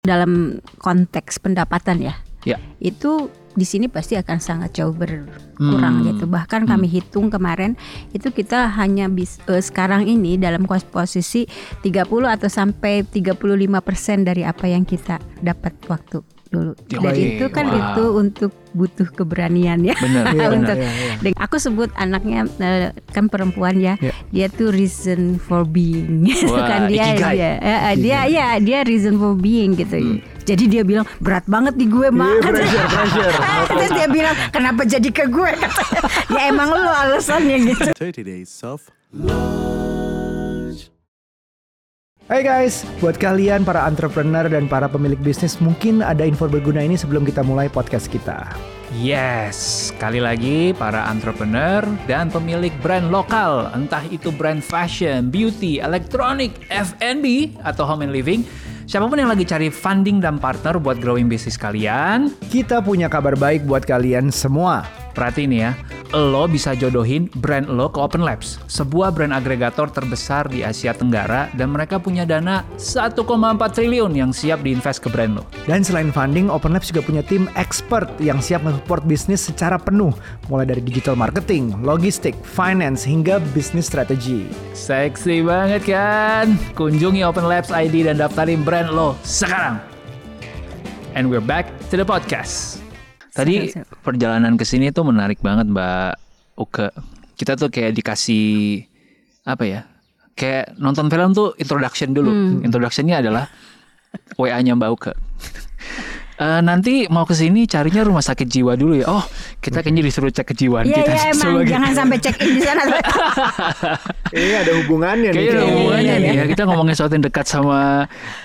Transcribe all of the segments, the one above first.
dalam konteks pendapatan ya. Ya. Itu di sini pasti akan sangat jauh berkurang gitu. Bahkan kami hitung kemarin itu kita hanya sekarang ini dalam posisi 30 atau sampai 35% dari apa yang kita dapat waktu dulu. Dan itu kan itu untuk butuh keberanian ya. Benar. Untuk aku sebut anaknya kan perempuan ya. Dia tuh reason for being. Kan dia reason for being gitu. Jadi dia bilang berat banget di gue mak. Pressure. Terus dia bilang kenapa jadi ke gue? Ya emang lo alasannya gitu. 30 Days of Lunch. Hai guys, buat kalian para entrepreneur dan para pemilik bisnis, mungkin ada info berguna ini sebelum kita mulai podcast kita. Yes, sekali lagi para entrepreneur dan pemilik brand lokal, entah itu brand fashion, beauty, elektronik, F&B, atau home and living. Siapapun yang lagi cari funding dan partner buat growing bisnis kalian, kita punya kabar baik buat kalian semua. Perhatiin ya, lo bisa jodohin brand lo ke Open Labs, sebuah brand agregator terbesar di Asia Tenggara, dan mereka punya dana 1,4 triliun yang siap diinvest ke brand lo. Dan selain funding, Open Labs juga punya tim expert yang siap mensupport bisnis secara penuh, mulai dari digital marketing, logistik, finance, hingga business strategy. Seksi banget kan? Kunjungi Open Labs ID dan daftarin brand lo sekarang. And we're back to the podcast. Tadi perjalanan ke sini tuh menarik banget Mbak Uke. Kita tuh kayak dikasih apa ya? Kayak nonton film tuh introduction dulu. Introductionnya adalah WA-nya Mbak Uke. Nanti mau ke sini carinya rumah sakit jiwa dulu ya. Oh, kita kayaknya disuruh cek kejiwaan kita. Iya emang jangan sampai check in di sana. Ini ada hubungannya nih. Kayaknya ada hubungannya nih ya. Kita ngomongin sesuatu yang dekat sama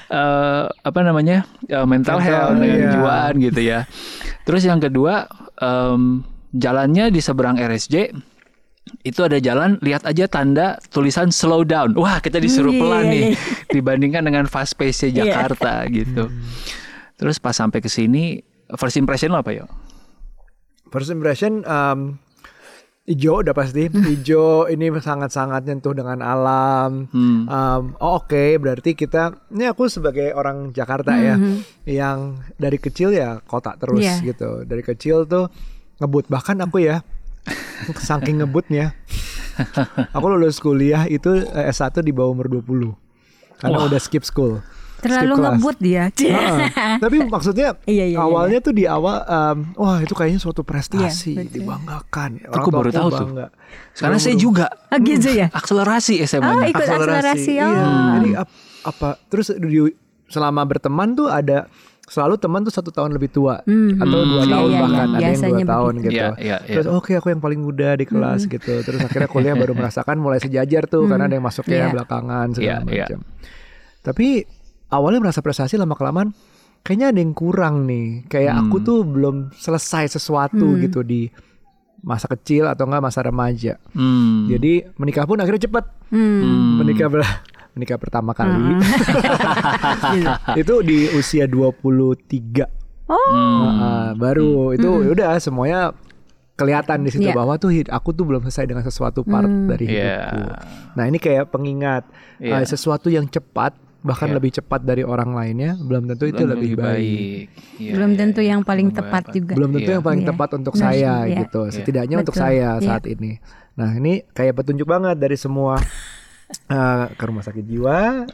mental health, kejiwaan gitu ya. Terus yang kedua, jalannya di seberang RSJ itu ada jalan, lihat aja tanda tulisan slow down. Wah, kita disuruh pelan nih dibandingkan dengan fast pace-nya Jakarta gitu. Terus pas sampai ke sini, first impression lo apa ya? First impression hijau udah pasti. Hijau ini sangat-sangat nyentuh dengan alam. Oke, berarti ini aku sebagai orang Jakarta ya, yang dari kecil ya kota terus gitu. Dari kecil tuh ngebut, bahkan aku ya saking ngebutnya. Aku lulus kuliah itu S1 di bawah umur 20 karena udah skip school. Terlalu ngebut dia. Tapi maksudnya awalnya tuh di awal wah itu kayaknya suatu prestasi, dibanggakan. Orang aku baru tahu bangga. Tuh. Karena saya juga gitu ya. Akselerasi SMA-nya. Ikut akselerasi. Iya. Jadi apa terus selama berteman tuh ada selalu teman tuh 1 tahun lebih tua atau 2 tahun bahkan ada yang 2 tahun gitu. Terus aku yang paling muda di kelas gitu. Terus akhirnya kuliah baru merasakan mulai sejajar tuh karena ada yang masuknya belakangan segala macam. Tapi awalnya merasa prestasi, lama-kelamaan kayaknya ada yang kurang nih. Kayak aku tuh belum selesai sesuatu gitu di masa kecil atau enggak masa remaja. Jadi menikah pun akhirnya cepat. Menikah pertama kali itu di usia 23. Baru itu udah semuanya kelihatan di situ bahwa tuh aku tuh belum selesai dengan sesuatu part dari hidupku. Nah ini kayak pengingat sesuatu yang cepat, bahkan lebih cepat dari orang lainnya, belum tentu itu lebih baik. Belum tentu yang paling tepat juga. Belum tentu yang paling tepat untuk saya gitu. Setidaknya untuk saya saat ini. Nah ini kayak petunjuk banget dari semua ke rumah sakit jiwa,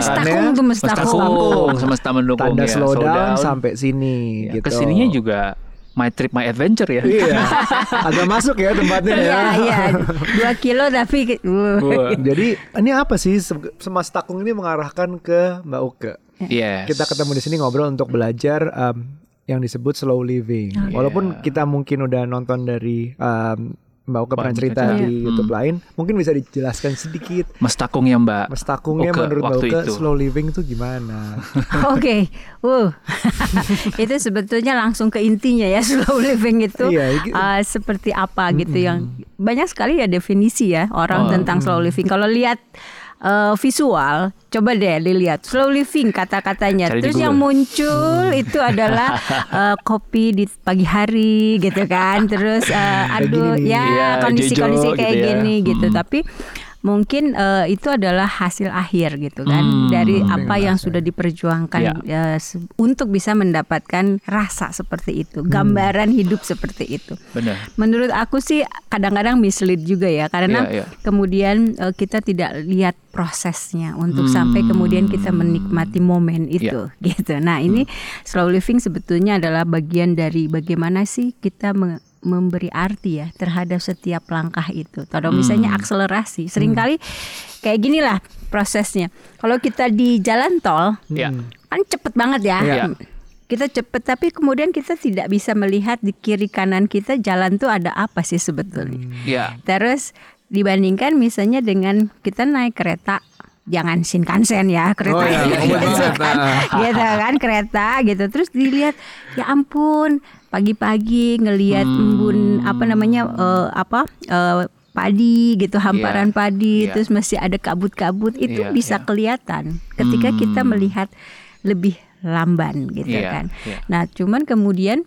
Mestakung semesta mendukung, tanda slow down sampai sini gitu. Kesininya juga My Trip My Adventure ya. Iya. Agak masuk ya tempatnya ya. Iya. 2 kilo tapi Jadi ini apa sih Semastakung ini mengarahkan ke Mbak Uke. Kita ketemu di sini ngobrol untuk belajar yang disebut slow living. Walaupun kita mungkin udah nonton dari Mbak Uke pernah cerita di YouTube lain, mungkin bisa dijelaskan sedikit. Mestakungnya Mbak. Mestakungnya menurut Mbak Uke slow living itu gimana? Oke. Itu sebetulnya langsung ke intinya ya, slow living itu seperti apa gitu, yang banyak sekali ya definisi ya orang tentang slow living. Kalau lihat visual, coba deh dilihat slow living kata-katanya. Terus yang muncul itu adalah kopi di pagi hari gitu kan. Terus kondisi-kondisi kayak gini gitu. Tapi mungkin itu adalah hasil akhir gitu kan dari apa yang sudah diperjuangkan untuk bisa mendapatkan rasa seperti itu, gambaran hidup seperti itu. Benar. Menurut aku sih kadang-kadang mislead juga ya, karena kemudian kita tidak lihat prosesnya untuk sampai kemudian kita menikmati momen itu gitu. Nah, ini slow living sebetulnya adalah bagian dari bagaimana sih kita memberi arti ya terhadap setiap langkah itu. Atau misalnya akselerasi. Seringkali kayak ginilah prosesnya. Kalau kita di jalan tol kan cepet banget ya. Kita cepet, tapi kemudian kita tidak bisa melihat di kiri kanan kita jalan tuh ada apa sih sebetulnya. Terus dibandingkan misalnya dengan kita naik kereta, jangan Shinkansen ya, kereta gitu kan kereta gitu, terus dilihat ya ampun pagi-pagi ngelihat embun padi gitu, hamparan padi, terus masih ada kabut-kabut itu bisa kelihatan ketika kita melihat lebih lamban gitu kan. Nah cuman kemudian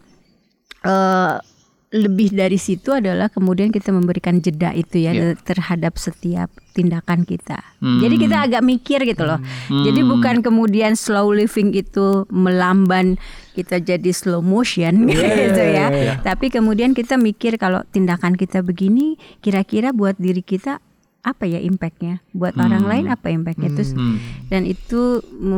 lebih dari situ adalah kemudian kita memberikan jeda itu ya terhadap setiap tindakan kita. Jadi kita agak mikir gitu loh. Jadi bukan kemudian slow living itu melamban kita jadi slow motion gitu ya. Tapi kemudian kita mikir kalau tindakan kita begini kira-kira buat diri kita apa ya impactnya, buat orang lain apa impactnya. Terus dan itu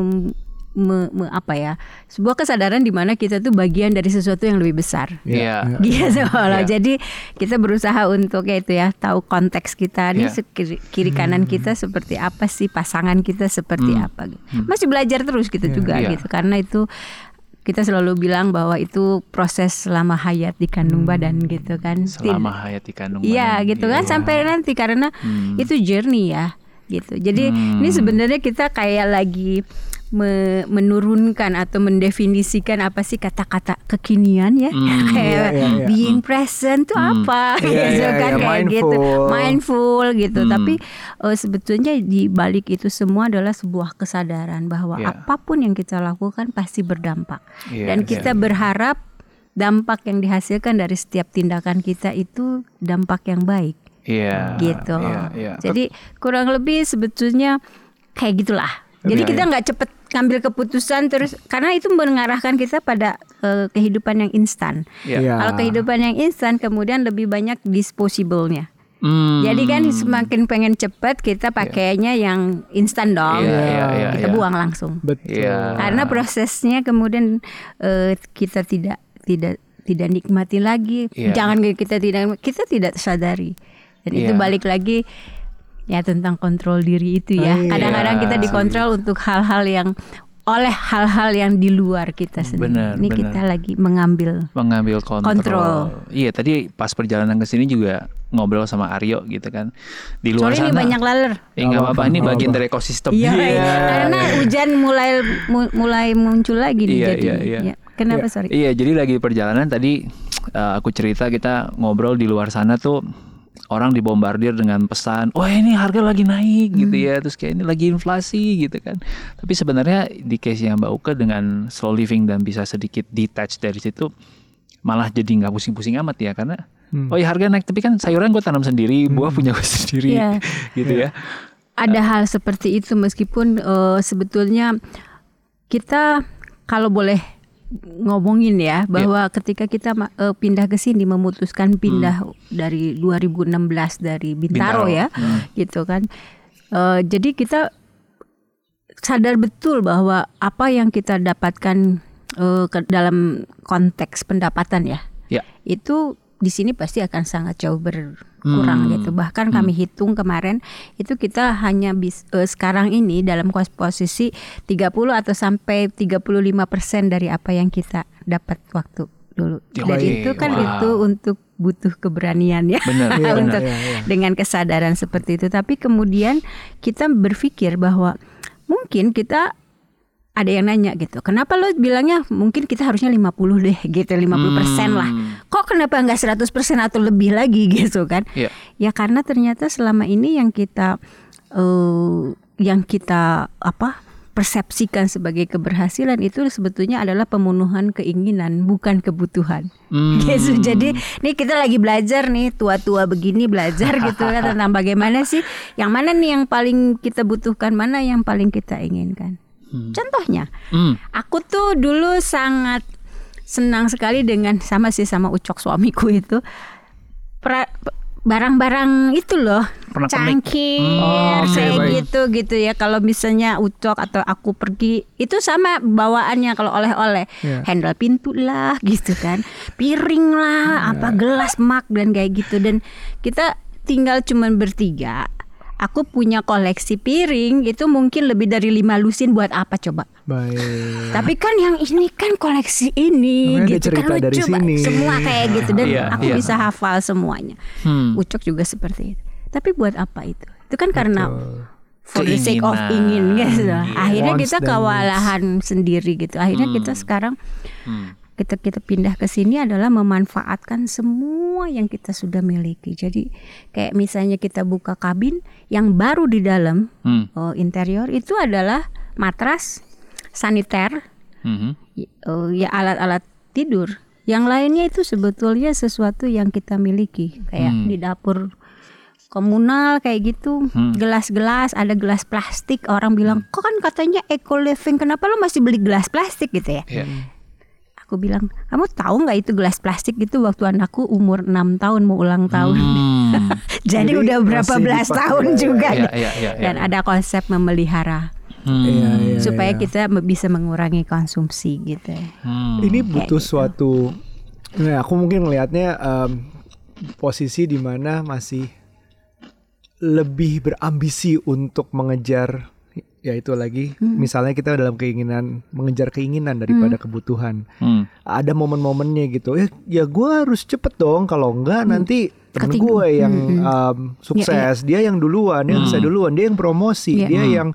sebuah kesadaran di mana kita tuh bagian dari sesuatu yang lebih besar. Gitu loh. Jadi kita berusaha untuk tahu konteks kita nih, kiri kanan kita seperti apa sih, pasangan kita seperti apa. Masih belajar terus gitu juga gitu, karena itu kita selalu bilang bahwa itu proses selama hayat di kandung badan gitu kan. Selama hayat di kandung badan. Iya gitu kan sampai nanti, karena itu journey ya gitu. Jadi ini sebenarnya kita kayak lagi menurunkan atau mendefinisikan apa sih kata-kata kekinian ya, kayak being present tuh apa gitu kan, kayak gitu, mindful gitu. Tapi sebetulnya di balik itu semua adalah sebuah kesadaran bahwa apapun yang kita lakukan pasti berdampak, dan kita berharap dampak yang dihasilkan dari setiap tindakan kita itu dampak yang baik. Gitu. Jadi kurang lebih sebetulnya kayak gitulah. Jadi kita nggak cepet ngambil keputusan terus, karena itu mengarahkan kita pada kehidupan yang instan. Kalau kehidupan yang instan kemudian lebih banyak disposable-nya. Jadi kan semakin pengen cepet kita pakainya yang instan dong. Kita buang langsung. Karena prosesnya kemudian kita tidak nikmati lagi. Jangan kita tidak sadari. Dan itu balik lagi ya tentang kontrol diri itu ya. Kadang-kadang kita dikontrol untuk hal-hal yang di luar kita sendiri. Ini kita lagi mengambil kontrol. Iya, tadi pas perjalanan ke sini juga ngobrol sama Aryo gitu kan. Di luar sana. Ini banyak laler. Enggak apa-apa, ini bagian dari ekosistem. Karena hujan mulai muncul lagi nih jadi. Kenapa sorry? Iya, jadi lagi perjalanan tadi aku cerita kita ngobrol di luar sana tuh. Orang dibombardir dengan pesan, oh ini harga lagi naik gitu ya, terus kayak ini lagi inflasi gitu kan. Tapi sebenarnya di case yang Mbak Uke dengan slow living dan bisa sedikit detach dari situ, malah jadi nggak pusing-pusing amat ya, karena oh ya harga naik, tapi kan sayuran gue tanam sendiri, buah punya gue sendiri, gitu ya. Ada hal seperti itu, meskipun sebetulnya kita kalau boleh ngomongin ya bahwa ketika kita pindah ke sini, memutuskan pindah dari 2016 dari Bintaro. Ya gitu kan, jadi kita sadar betul bahwa apa yang kita dapatkan dalam konteks pendapatan itu di sini pasti akan sangat jauh berkurang gitu. Bahkan kami hitung kemarin itu kita hanya sekarang ini dalam posisi 30 atau sampai 35% dari apa yang kita dapat waktu dulu. Dan itu kan itu untuk butuh keberanian ya. Untuk dengan kesadaran seperti itu. Tapi kemudian kita berpikir bahwa mungkin kita ada yang nanya gitu, kenapa lo bilangnya mungkin kita harusnya 50 deh gitu, 50% lah. Kok kenapa enggak 100% atau lebih lagi gitu kan? Ya karena ternyata selama ini yang kita persepsikan sebagai keberhasilan itu sebetulnya adalah pemenuhan keinginan, bukan kebutuhan. Gitu. Jadi nih kita lagi belajar nih, tua-tua begini belajar gitu kan tentang bagaimana sih yang mana nih yang paling kita butuhkan, mana yang paling kita inginkan. Contohnya, aku tuh dulu sangat senang sekali dengan sama Ucok suamiku itu barang-barang itu loh, cangkir kayak gitu ya. Kalau misalnya Ucok atau aku pergi itu sama bawaannya, kalau oleh-oleh handle pintu lah gitu kan, piring lah, apa gelas mug dan kayak gitu. Dan kita tinggal cuman bertiga. Aku punya koleksi piring itu mungkin lebih dari 5 lusin, buat apa coba? Baik. Tapi kan yang ini kan koleksi ini gitu kan, lucu banget semua kayak gitu, dan aku bisa hafal semuanya. Ucok juga seperti itu. Tapi buat apa itu? Itu kan karena for the sake of ingin gitu. Akhirnya kita kewalahan sendiri gitu. Akhirnya kita sekarang kita pindah ke sini adalah memanfaatkan semua yang kita sudah miliki. Jadi kayak misalnya kita buka kabin yang baru di dalam interior itu adalah matras, saniter, ya alat-alat tidur. Yang lainnya itu sebetulnya sesuatu yang kita miliki, kayak di dapur komunal kayak gitu, gelas-gelas, ada gelas plastik. Orang bilang, kok kan katanya eco living, kenapa lo masih beli gelas plastik gitu ya? Aku bilang, kamu tahu nggak itu gelas plastik itu waktu anakku umur 6 tahun mau ulang tahun. Jadi udah berapa belas tahun juga. Dan ada konsep memelihara. Supaya kita bisa mengurangi konsumsi gitu. Ini butuh suatu, aku mungkin melihatnya posisi di mana masih lebih berambisi untuk mengejar, ya itu lagi misalnya kita dalam keinginan, mengejar keinginan daripada kebutuhan. Ada momen-momennya gitu, ya gue harus cepet dong, kalau enggak nanti temen gue yang sukses, dia yang duluan, dia yang saya duluan, dia yang promosi, dia yang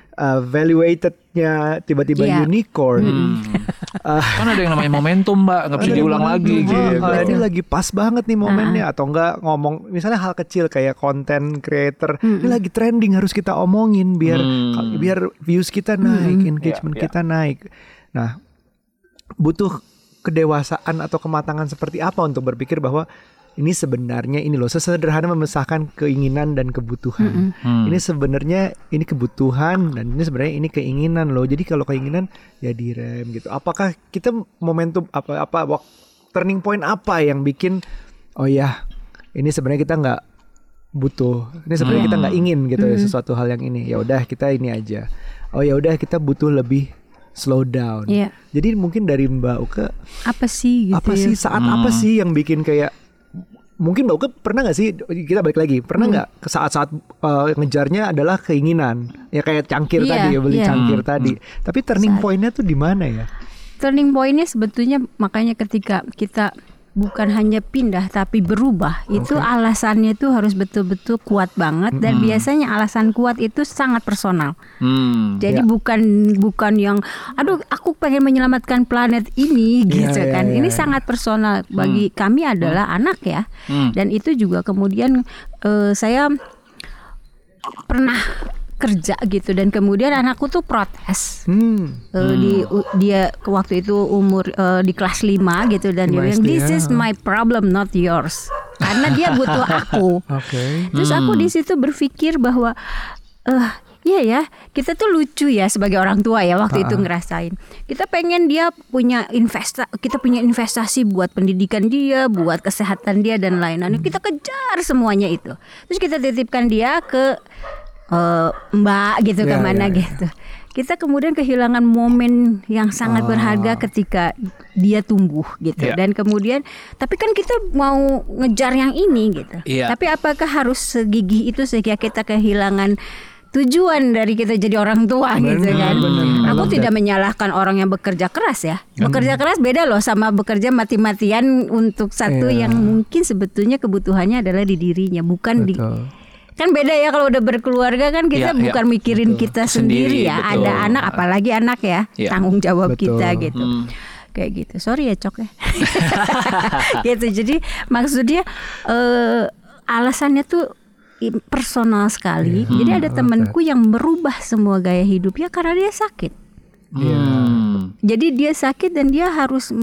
valuatednya tiba-tiba unicorn. Kan ada yang namanya momentum, Mbak, nggak bisa diulang lagi gitu. Ini lagi pas banget nih momennya. Atau enggak ngomong misalnya hal kecil kayak content creator, ini lagi trending, harus kita omongin biar views kita naik, engagement kita naik. Nah, butuh kedewasaan atau kematangan seperti apa untuk berpikir bahwa ini sebenarnya ini loh, sesederhana memisahkan keinginan dan kebutuhan. Ini sebenarnya ini kebutuhan dan ini sebenarnya ini keinginan loh. Jadi kalau keinginan ya direm gitu. Apakah kita momentum apa turning point apa yang bikin oh ya ini sebenarnya kita nggak butuh, ini sebenarnya kita nggak ingin gitu ya sesuatu hal yang ini. Ya udah kita ini aja. Oh ya udah kita butuh lebih slow down. Jadi mungkin dari Mbak Uke apa sih gitu? Apa sih saat apa sih yang bikin kayak mungkin Mbak Uke pernah gak sih, kita balik lagi, pernah gak saat-saat ngejarnya adalah keinginan, ya kayak cangkir tadi, beli cangkir tadi, tapi turning pointnya tuh di mana ya? Turning pointnya sebetulnya makanya ketika kita bukan hanya pindah tapi berubah, itu alasannya itu harus betul-betul kuat banget, dan biasanya alasan kuat itu sangat personal. Jadi bukan yang aduh aku pengen menyelamatkan planet ini gitu kan. Ini sangat personal bagi kami adalah anak ya. Dan itu juga kemudian saya pernah kerja gitu, dan kemudian anakku tuh protes. Dia waktu itu umur di kelas 5 gitu, dan dia bilang this is my problem not yours, karena dia butuh aku. Terus aku di situ berpikir bahwa iya ya, kita tuh lucu ya sebagai orang tua ya waktu itu ngerasain. Kita pengen dia punya kita punya investasi buat pendidikan dia, buat kesehatan dia dan lain-lain. Kita kejar semuanya itu. Terus kita titipkan dia ke Mbak gitu, kemana gitu. Kita kemudian kehilangan momen yang sangat berharga ketika dia tumbuh gitu. Dan kemudian tapi kan kita mau ngejar yang ini gitu. Tapi apakah harus segigih itu sehingga kita kehilangan tujuan dari kita jadi orang tua gitu kan? Aku tidak menyalahkan orang yang bekerja keras ya. Bekerja keras beda loh sama bekerja mati-matian untuk satu yang mungkin sebetulnya kebutuhannya adalah di dirinya, bukan di. Kan beda ya kalau udah berkeluarga kan kita bukan mikirin kita sendiri ya. Ada anak, apalagi anak ya, tanggung jawab kita gitu. Kayak gitu. Sorry ya Cok ya. Gitu. Jadi maksudnya alasannya tuh personal sekali. Jadi ada temanku yang merubah semua gaya hidupnya karena dia sakit. Jadi dia sakit dan dia harus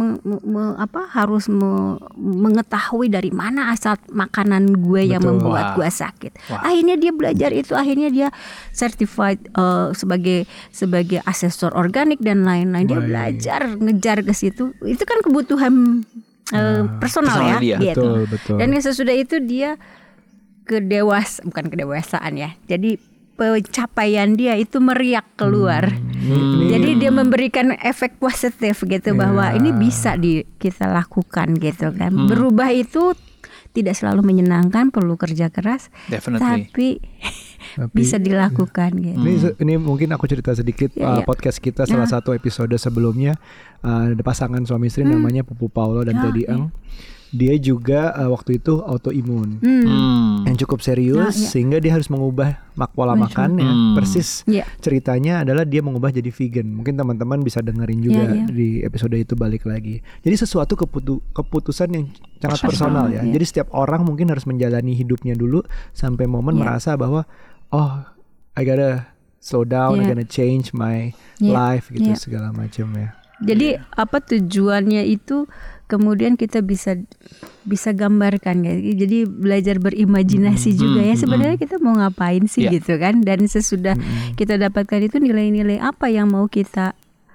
mengetahui dari mana asal makanan gue yang membuat gue sakit. Akhirnya dia belajar itu, akhirnya dia certified sebagai asesor organik dan lain-lain. Dia belajar ngejar ke situ. Itu kan kebutuhan personal ya. Gitu. Betul. Dan sesudah itu dia bukan kedewasaan ya. Jadi pencapaian dia itu meriak keluar. Jadi dia memberikan efek positif gitu bahwa ini bisa kita lakukan gitu kan. Berubah itu tidak selalu menyenangkan, perlu kerja keras. Tapi bisa dilakukan gitu. Ini mungkin aku cerita sedikit podcast kita salah satu episode sebelumnya, ada pasangan suami istri namanya Pupu Paulo dan Teddy Eng. Dia juga waktu itu autoimun yang cukup serius sehingga dia harus mengubah pola makannya. Persis ceritanya adalah dia mengubah jadi vegan. Mungkin teman-teman bisa dengerin juga di episode itu balik lagi. Jadi sesuatu keputusan yang sangat personal ya. Jadi setiap orang mungkin harus menjalani hidupnya dulu sampai momen merasa bahwa I gotta slow down, I gotta change my life gitu segala macam ya. Jadi apa tujuannya itu kemudian kita bisa gambarkan ya. Jadi belajar berimajinasi juga ya. Sebenarnya kita mau ngapain sih gitu kan. Dan sesudah kita dapatkan itu nilai-nilai apa yang mau kita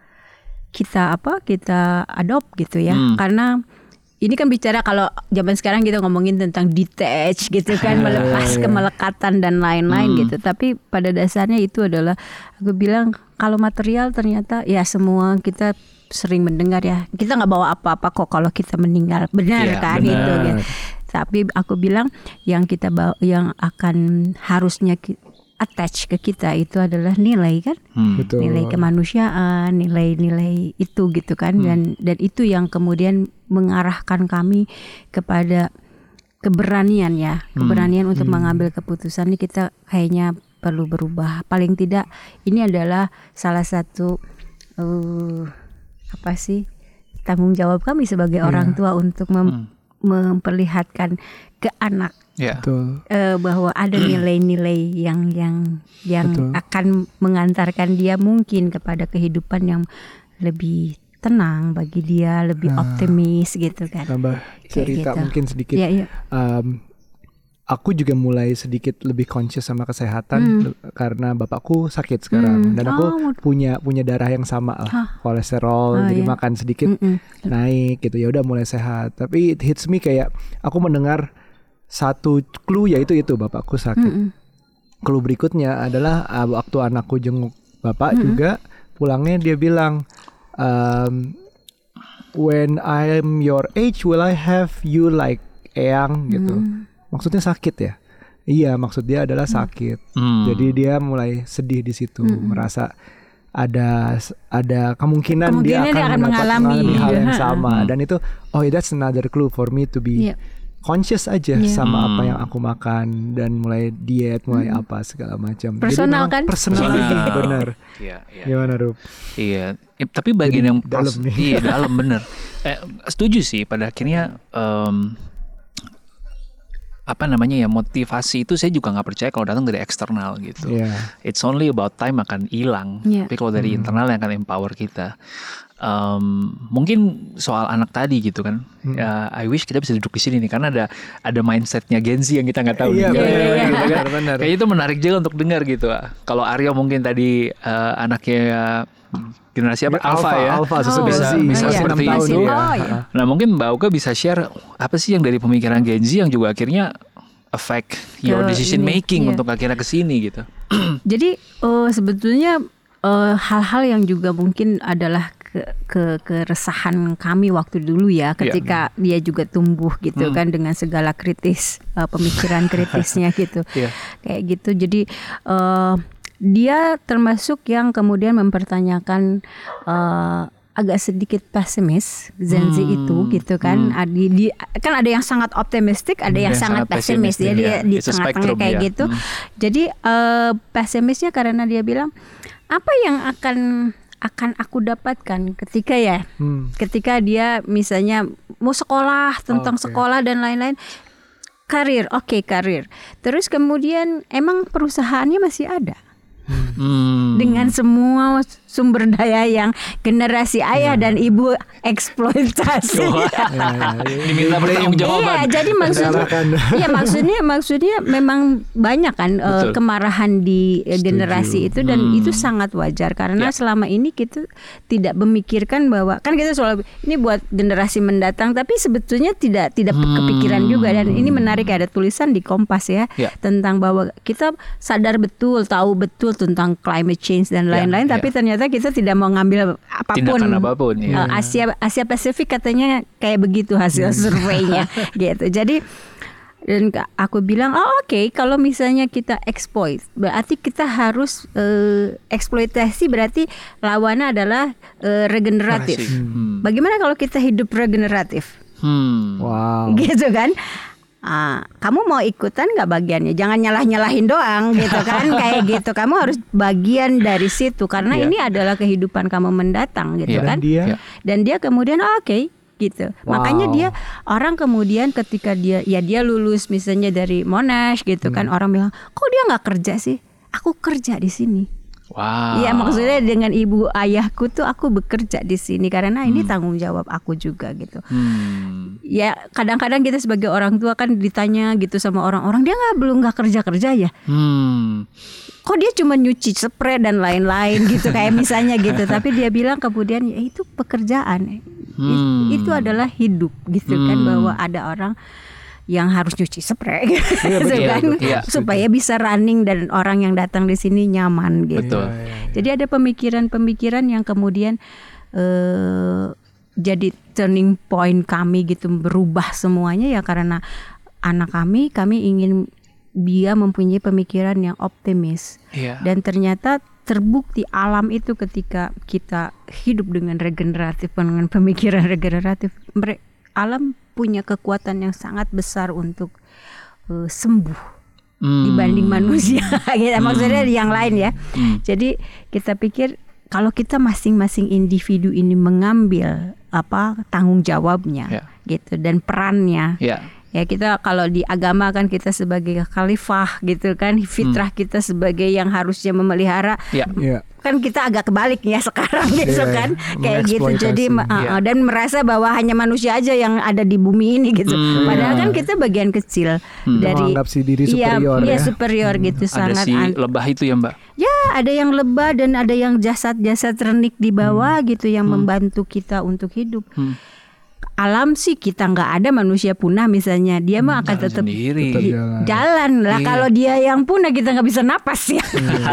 adopt gitu ya. Karena ini kan bicara kalau zaman sekarang kita ngomongin tentang detach gitu kan, melepas kemelekatan dan lain-lain gitu. Tapi pada dasarnya itu adalah, aku bilang kalau material ternyata ya semua kita sering mendengar ya, kita nggak bawa apa-apa kok kalau kita meninggal, benar kan gitu. Tapi aku bilang yang kita bawa, yang akan harusnya attach ke kita itu adalah nilai kan, nilai kemanusiaan, nilai-nilai itu gitu kan, dan itu yang kemudian mengarahkan kami kepada keberanian ya, keberanian untuk mengambil keputusan. Ini kita kayaknya perlu berubah. Paling tidak ini adalah salah satu tanggung jawab kami sebagai orang tua untuk memperlihatkan ke anak bahwa ada nilai-nilai yang akan mengantarkan dia mungkin kepada kehidupan yang lebih tenang bagi dia, lebih optimis gitu kan. Tambah cerita gitu. Mungkin sedikit. Aku juga mulai sedikit lebih conscious sama kesehatan karena bapakku sakit sekarang dan aku punya darah yang sama lah, kolesterol, jadi makan sedikit naik gitu, ya udah mulai sehat. Tapi it hits me kayak aku mendengar satu clue, yaitu bapakku sakit. Clue berikutnya adalah waktu anakku jenguk bapak juga pulangnya dia bilang, when I'm your age will I have you like Eyang gitu. Maksudnya sakit ya? Iya, maksud dia adalah sakit. Jadi dia mulai sedih di situ, merasa ada kemungkinan dia akan mengalami hal yang sama. Dan itu, that's another clue for me to be conscious aja sama apa yang aku makan dan mulai diet, mulai apa segala macam. Personal kan? Personal, benar. Gimana Rup? Iya, tapi bagian yang dalam nih. Iya, dalam bener. Setuju sih, pada akhirnya. Motivasi itu saya juga nggak percaya kalau datang dari eksternal gitu. It's only about time akan hilang. Tapi kalau dari internal yang akan empower kita. Mungkin soal anak tadi gitu kan. I wish kita bisa duduk di sini nih karena ada mindsetnya Gen Z yang kita nggak tahu. Benar. Kayaknya itu menarik juga untuk dengar gitu. Kalau Aryo mungkin tadi anaknya generasi apa? Alpha bisa seperti itu. Nah mungkin Mbak Uka bisa share apa sih yang dari pemikiran Gen Z yang juga akhirnya affect your decision making untuk akhirnya kesini gitu. Jadi sebetulnya hal-hal yang juga mungkin adalah keresahan kami waktu dulu ya, ketika dia juga tumbuh gitu kan dengan segala pemikiran kritisnya gitu, kayak gitu. Jadi dia termasuk yang kemudian mempertanyakan agak sedikit pesimis Gen Z itu gitu kan. Kan ada yang sangat optimistik, ada yang sangat pesimis. Dia di tengah-tengah kayak gitu. Jadi pesimisnya karena dia bilang apa yang akan aku dapatkan ketika dia misalnya mau sekolah, tentang sekolah dan lain-lain. Karir. Terus kemudian emang perusahaannya masih ada. Dengan semua sumber daya yang generasi ayah dan ibu eksploitasi. Diminta pertanggungjawaban. Iya, jadi maksudnya memang banyak kan kemarahan di generasi itu, dan itu sangat wajar karena selama ini kita tidak memikirkan bahwa kan kita selalu ini buat generasi mendatang, tapi sebetulnya tidak kepikiran juga. Dan ini menarik, ada tulisan di Kompas ya tentang bahwa kita sadar betul, tahu betul tentang climate change dan lain-lain, tapi ternyata kita tidak mau ngambil apapun. Asia Pasifik katanya kayak begitu hasil surveinya gitu. Jadi dan aku bilang oke, kalau misalnya kita exploit berarti kita harus eksploitasi, berarti lawannya adalah regeneratif. Bagaimana kalau kita hidup regeneratif? Wow. Gitu kan? Kamu mau ikutan gak bagiannya? Jangan nyalah-nyalahin doang gitu kan. Kayak gitu, kamu harus bagian dari situ. Karena ini adalah kehidupan kamu mendatang gitu kan. Dan dia kemudian oke, gitu. Makanya dia, orang kemudian ketika dia lulus misalnya dari Monash gitu kan, orang bilang, kok dia gak kerja sih? Aku kerja di sini. Wow. Ya maksudnya dengan ibu ayahku tuh aku bekerja di sini karena ini tanggung jawab aku juga gitu. Ya kadang-kadang kita sebagai orang tua kan ditanya gitu sama orang-orang, dia belum nggak kerja ya. Kok dia cuma nyuci spray dan lain-lain gitu kayak misalnya gitu. Tapi dia bilang kemudian ya itu pekerjaan. Itu adalah hidup gitu kan, bahwa ada orang yang harus nyuci spray gitu kan, supaya bisa running dan orang yang datang di sini nyaman gitu. Jadi ada pemikiran-pemikiran yang kemudian jadi turning point kami gitu, berubah semuanya ya karena anak kami ingin dia mempunyai pemikiran yang optimis. Dan ternyata terbukti alam itu ketika kita hidup dengan regeneratif, dengan pemikiran regeneratif, alam punya kekuatan yang sangat besar untuk sembuh dibanding manusia. Maksudnya yang lain ya. Jadi kita pikir kalau kita masing-masing individu ini mengambil tanggung jawabnya gitu dan perannya. Ya kita kalau di agama kan kita sebagai khalifah gitu kan, fitrah kita sebagai yang harusnya memelihara. Kan kita agak kebalik ya sekarang gitu kan, kayak gitu. Jadi dan merasa bahwa hanya manusia aja yang ada di bumi ini gitu. Padahal kan kita bagian kecil dari menganggap si diri superior ya. Superior gitu. Ada sangat si lebah itu ya Mbak. Ya ada yang lebah dan ada yang jasad-jasad renik di bawah gitu yang membantu kita untuk hidup. Alam sih kita nggak ada manusia punah misalnya, dia mah akan tetap jalan lah. Kalau dia yang punah kita nggak bisa napas ya.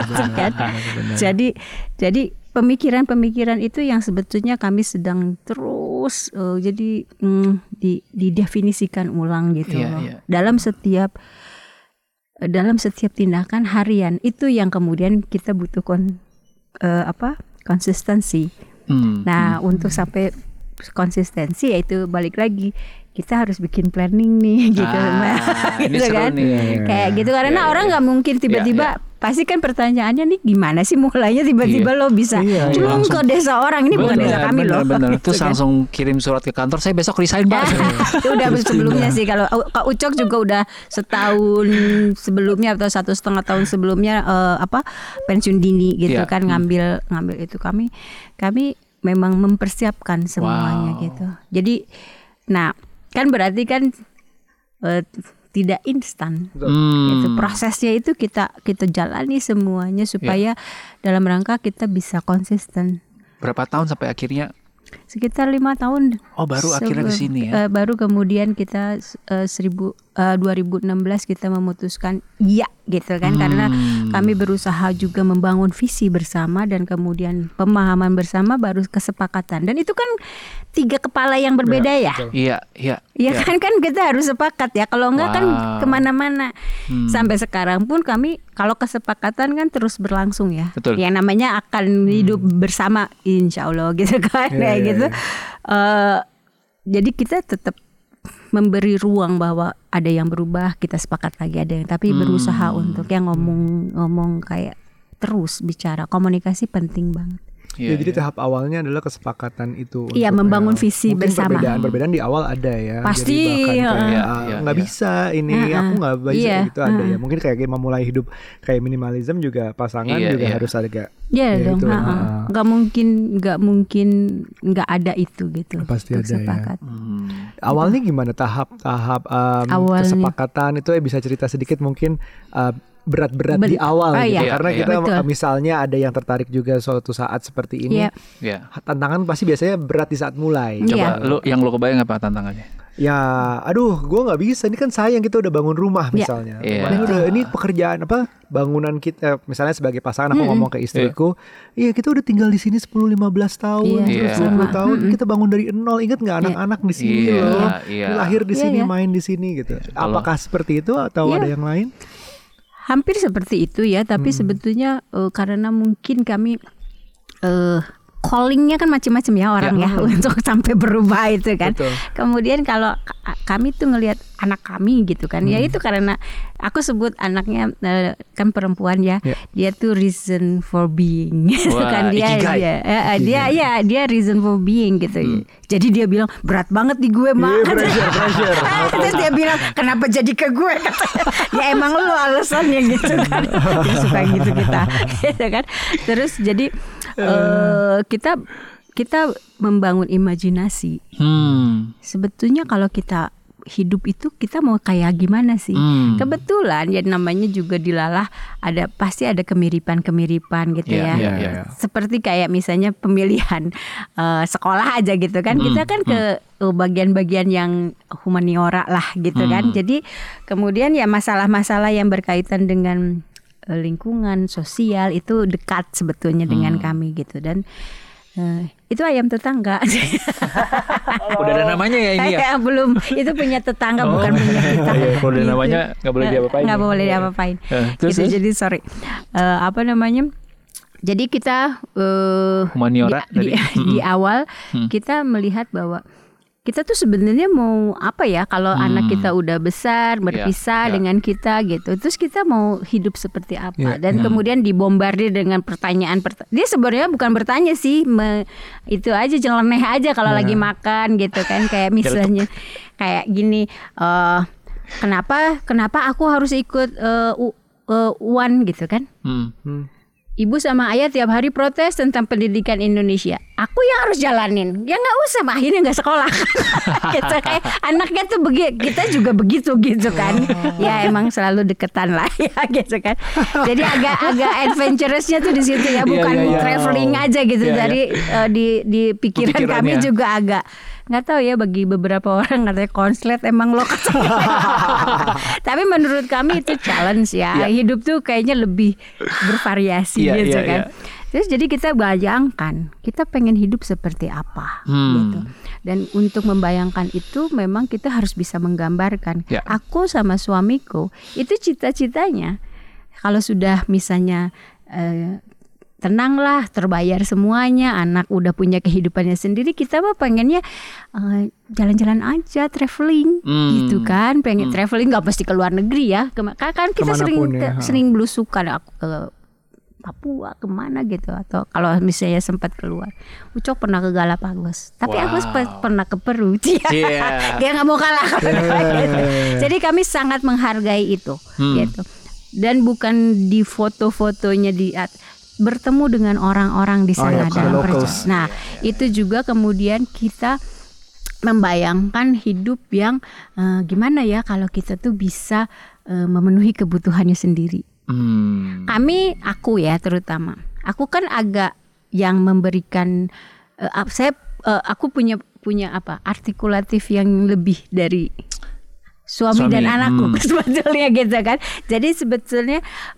Jadi pemikiran-pemikiran itu yang sebetulnya kami sedang terus didefinisikan ulang gitu loh. Dalam setiap tindakan harian itu yang kemudian kita butuhkan konsistensi. Nah untuk sampai konsistensi yaitu balik lagi kita harus bikin planning nih gitu, gitu kan kayak gitu karena orang nggak mungkin tiba-tiba pasti kan pertanyaannya nih gimana sih mulainya tiba-tiba lo bisa culung ke desa orang, ini bukan desa kami loh. Terus langsung kirim surat ke kantor, saya besok resign Pak. Itu udah sebelumnya sih, kalau Kak Ucok juga udah setahun sebelumnya atau 1,5 tahun sebelumnya pensiun dini gitu kan, ngambil itu kami memang mempersiapkan semuanya gitu. Jadi, nah kan berarti kan tidak instan. Gitu. Prosesnya itu kita jalani semuanya supaya dalam rangka kita bisa konsisten. Berapa tahun sampai akhirnya? Sekitar 5 tahun. Oh baru akhirnya ke sini ya? Baru kemudian kita 2016 kita memutuskan gitu kan, karena kami berusaha juga membangun visi bersama dan kemudian pemahaman bersama, baru kesepakatan. Dan itu kan 3 kepala yang berbeda ya. Iya kan kita harus sepakat ya, kalau enggak kan kemana-mana. Sampai sekarang pun kami kalau kesepakatan kan terus berlangsung ya. Betul. Yang namanya akan hidup bersama insya Allah gitu kan. Gitu. Jadi kita tetap memberi ruang bahwa ada yang berubah, kita sepakat lagi ada yang, tapi berusaha untuk yang ngomong kayak terus bicara, komunikasi penting banget. Ya, jadi tahap awalnya adalah kesepakatan itu. Iya, membangun visi bersama. Perbedaan di awal ada ya. Pasti. Jadi nggak bisa ini, aku nggak bisa gitu ada ya. Mungkin kayak memulai hidup kayak minimalism juga pasangan juga harus agak. Iya dong. Nggak mungkin nggak ada itu gitu. Pasti ada ya. Awalnya gimana tahap kesepakatan itu bisa cerita sedikit mungkin. Berat-berat di awal gitu. Karena kita misalnya ada yang tertarik juga suatu saat seperti ini. Tantangan pasti biasanya berat di saat mulai. Coba yang lo kebayang apa tantangannya? Ya, aduh, gue nggak bisa. Ini kan sayang kita udah bangun rumah misalnya. Ini pekerjaan bangunan kita. Misalnya sebagai pasangan aku ngomong ke istriku, iya kita udah tinggal di sini 10-15 tahun, 20 tahun. Kita bangun dari nol. Ingat nggak anak-anak di sini loh, lahir di sini, main di sini gitu. Apakah seperti itu atau ada yang lain? Hampir seperti itu ya, tapi sebetulnya karena mungkin kami callingnya kan macam-macam ya orang ya untuk sampai berubah itu kan. Betul. Kemudian kalau kami tuh ngelihat anak kami gitu kan, ya itu karena aku sebut anaknya kan perempuan ya, dia tuh reason for being gitu kan, dia reason for being gitu. Jadi dia bilang berat banget di gue mak. Pressure. Terus dia bilang kenapa jadi ke gue? Ya emang lu alasannya gitu kan. Dia suka gitu kita, gitu kan. Terus jadi kita membangun imajinasi. Sebetulnya kalau kita hidup itu kita mau kayak gimana sih? Kebetulan ya namanya juga dilalah pasti ada kemiripan gitu ya. Seperti kayak misalnya pemilihan sekolah aja gitu kan. Kita kan ke bagian-bagian yang humaniora lah gitu kan. Jadi kemudian ya masalah-masalah yang berkaitan dengan lingkungan sosial itu dekat sebetulnya dengan kami gitu. Dan itu ayam tetangga. Udah ada namanya ya ini ya? Belum, itu punya tetangga bukan punya kita. Kalau udah namanya nggak boleh diapa-apain. Nggak boleh diapa-apain. Gitu, jadi sorry. Apa namanya? Jadi kita humaniora di awal kita melihat bahwa kita tuh sebenarnya mau apa ya kalau anak kita udah besar berpisah dengan kita gitu, terus kita mau hidup seperti apa? Dan kemudian dibombardir dengan pertanyaan. Dia sebenarnya bukan bertanya sih, itu aja nyeleneh aja kalau lagi makan gitu kan, kayak misalnya kayak gini, kenapa aku harus ikut UAN gitu kan? Ibu sama ayah tiap hari protes tentang pendidikan Indonesia. Aku yang harus jalanin. Ya nggak usah, akhirnya nggak sekolah. Gitu, kayak anaknya tuh kita juga begitu gitu kan. Ya emang selalu deketan lah ya gitu kan. Jadi agak adventurousnya tuh di situ ya, bukan traveling aja gitu. Dari di pikiran kami juga agak nggak tahu ya, bagi beberapa orang katanya konslet emang lo katanya. Tapi menurut kami itu challenge ya. Hidup tuh kayaknya lebih bervariasi gitu kan. Terus jadi kita bayangkan kita pengen hidup seperti apa gitu. Dan untuk membayangkan itu memang kita harus bisa menggambarkan. Aku sama suamiku itu cita-citanya kalau sudah misalnya tenanglah, terbayar semuanya, anak udah punya kehidupannya sendiri, kita mah pengennya jalan-jalan aja, traveling gitu kan. Pengen traveling, nggak pasti ke luar negeri ya. Kan kita sering belusukan, aku ke Papua kemana gitu, atau kalau misalnya sempat keluar. Ucok pernah ke Galapagos, tapi aku pernah ke Peru. Dia nggak mau kalah. Jadi kami sangat menghargai itu gitu. Dan bukan di foto-fotonya bertemu dengan orang-orang di sana dalam perjalanan. Nah, itu juga kemudian kita membayangkan hidup yang gimana ya kalau kita tuh bisa memenuhi kebutuhannya sendiri. Aku ya terutama, aku kan agak yang memberikan aku punya apa artikulatif yang lebih dari suami dan anakku sebetulnya gitu kan. Jadi sebetulnya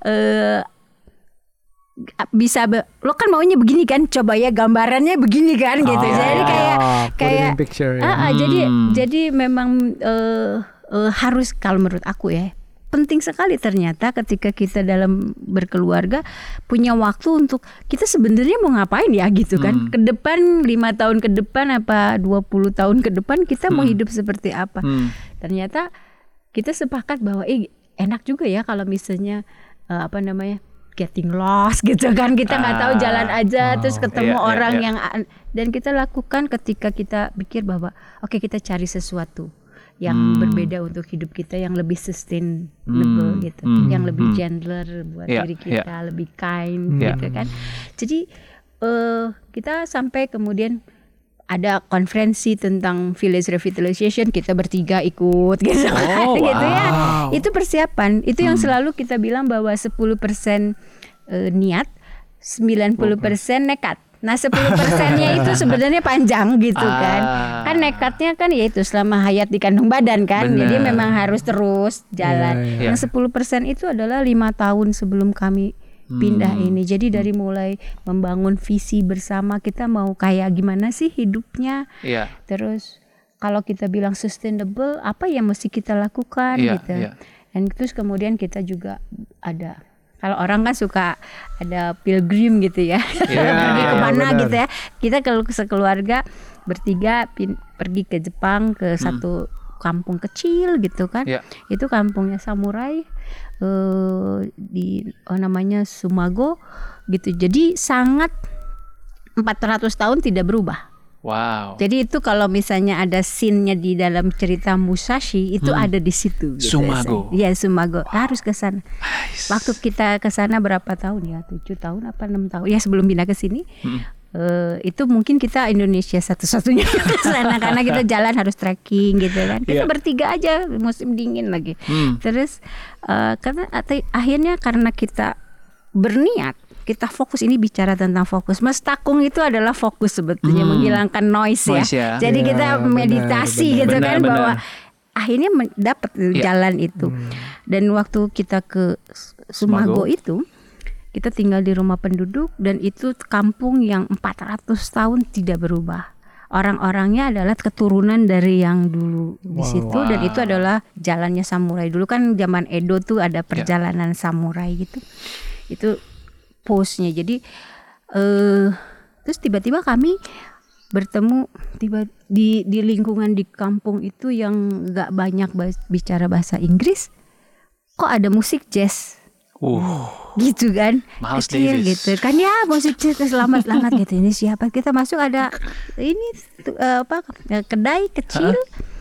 bisa lo kan maunya begini kan, coba ya gambarannya begini kan gitu. Jadi kayak jadi memang harus, kalau menurut aku ya penting sekali ternyata ketika kita dalam berkeluarga punya waktu untuk kita sebenarnya mau ngapain ya gitu kan. Ke depan 5 tahun ke depan apa 20 tahun ke depan kita mau hidup seperti apa. Ternyata kita sepakat bahwa enak juga ya kalau misalnya getting lost gitu kan, kita nggak tahu jalan aja, terus ketemu orang yang dan kita lakukan ketika kita pikir bahwa oke, kita cari sesuatu yang berbeda untuk hidup kita, yang lebih sustainable gitu, yang lebih gentler buat diri kita, lebih kind gitu kan. Jadi kita sampai kemudian ada konferensi tentang village revitalization, kita bertiga ikut gitu kan, gitu ya. Itu persiapan, itu yang selalu kita bilang bahwa 10% niat, 90% nekat. Nah 10%-nya itu sebenarnya panjang gitu kan. Kan nekatnya kan ya itu selama hayat di kandung badan kan. Bener. Jadi memang harus terus jalan. Yang 10% itu adalah 5 tahun sebelum kami pindah ini. Jadi dari mulai membangun visi bersama, kita mau kayak gimana sih hidupnya. Terus kalau kita bilang sustainable, apa yang mesti kita lakukan gitu. Dan terus kemudian kita juga ada, kalau orang kan suka ada pilgrim gitu ya, pergi kemana gitu ya. Kita kalau sekeluarga bertiga pergi ke Jepang, ke satu kampung kecil gitu kan. Itu kampungnya samurai di namanya Sumago gitu. Jadi sangat 400 tahun tidak berubah. Wow. Jadi itu kalau misalnya ada scene-nya di dalam cerita Musashi itu ada di situ. Gitu. Sumago. Iya Sumago. Harus ke sana. Waktu kita ke sana berapa tahun ya? 7 tahun apa 6 tahun? Ya sebelum pindah ke sini. Itu mungkin kita Indonesia satu-satunya ke sana karena kita jalan harus trekking gitu kan. Kita bertiga aja, musim dingin lagi. Terus karena akhirnya karena kita berniat, kita fokus, ini bicara tentang fokus. Mas Takung itu adalah fokus sebetulnya, menghilangkan noise ya. Jadi kita meditasi gitu kan, bahwa akhirnya dapat jalan itu. Dan waktu kita ke Sumago itu, kita tinggal di rumah penduduk, dan itu kampung yang 400 tahun tidak berubah. Orang-orangnya adalah keturunan dari yang dulu di situ, dan itu adalah jalannya samurai. Dulu kan zaman Edo tuh ada perjalanan samurai gitu. Itu postnya. Jadi terus tiba-tiba kami bertemu di lingkungan di kampung itu yang nggak banyak bicara bahasa Inggris, kok ada musik jazz gitu kan, Miles kecil Davis gitu kan ya, musik jazz, selamat gitu. Ini siapa? Kita masuk, ada ini kedai kecil,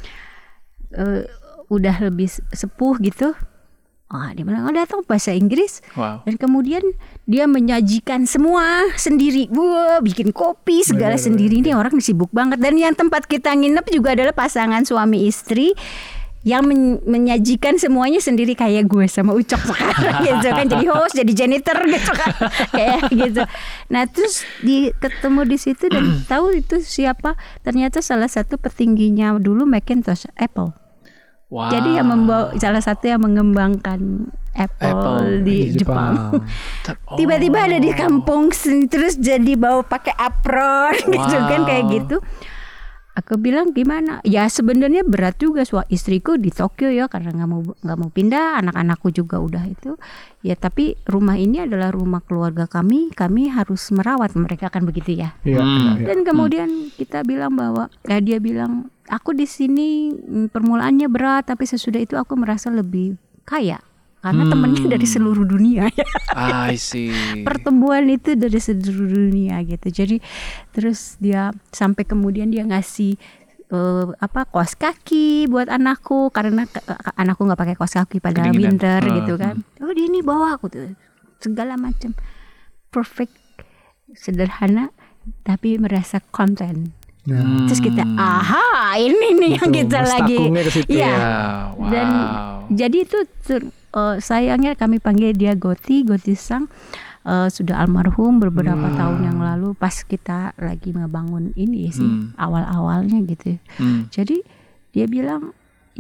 udah lebih sepuh gitu. Dia bilang, dia tahu bahasa Inggris. Dan kemudian dia menyajikan semua sendiri. Bikin kopi segala sendiri. Ini orang sibuk banget. Dan yang tempat kita nginep juga adalah pasangan suami istri yang menyajikan semuanya sendiri, kayak gue sama Ucok sekarang gitu kan. Jadi host, jadi janitor gitu kan. Kayak gitu. Nah terus ketemu di situ dan tahu itu siapa. Ternyata salah satu petingginya dulu Macintosh, Apple. Jadi yang membawa, salah satu yang mengembangkan Apple di Jepang. Tiba-tiba ada di kampung, terus jadi bawa pakai apron gitu kan, kayak gitu. Aku bilang gimana? Ya sebenarnya berat juga, istriku di Tokyo ya, karena nggak mau pindah, anak-anakku juga udah itu. Ya tapi rumah ini adalah rumah keluarga kami harus merawat mereka, kan begitu ya. Dan kemudian kita bilang bahwa, dia bilang, aku di sini permulaannya berat, tapi sesudah itu aku merasa lebih kaya. Karena temennya dari seluruh dunia. I see. Pertemuan itu dari seluruh dunia gitu. Jadi terus dia sampai kemudian dia ngasih kaos kaki buat anakku, karena anakku nggak pakai kaos kaki pada winter gitu kan. Dia ini bawa aku tuh segala macam, perfect, sederhana tapi merasa konten. Terus kita ini nih yang kita lagi dan jadi itu sayangnya kami panggil dia Goti Sang, sudah almarhum beberapa tahun yang lalu pas kita lagi ngebangun ini sih awal-awalnya gitu. Jadi dia bilang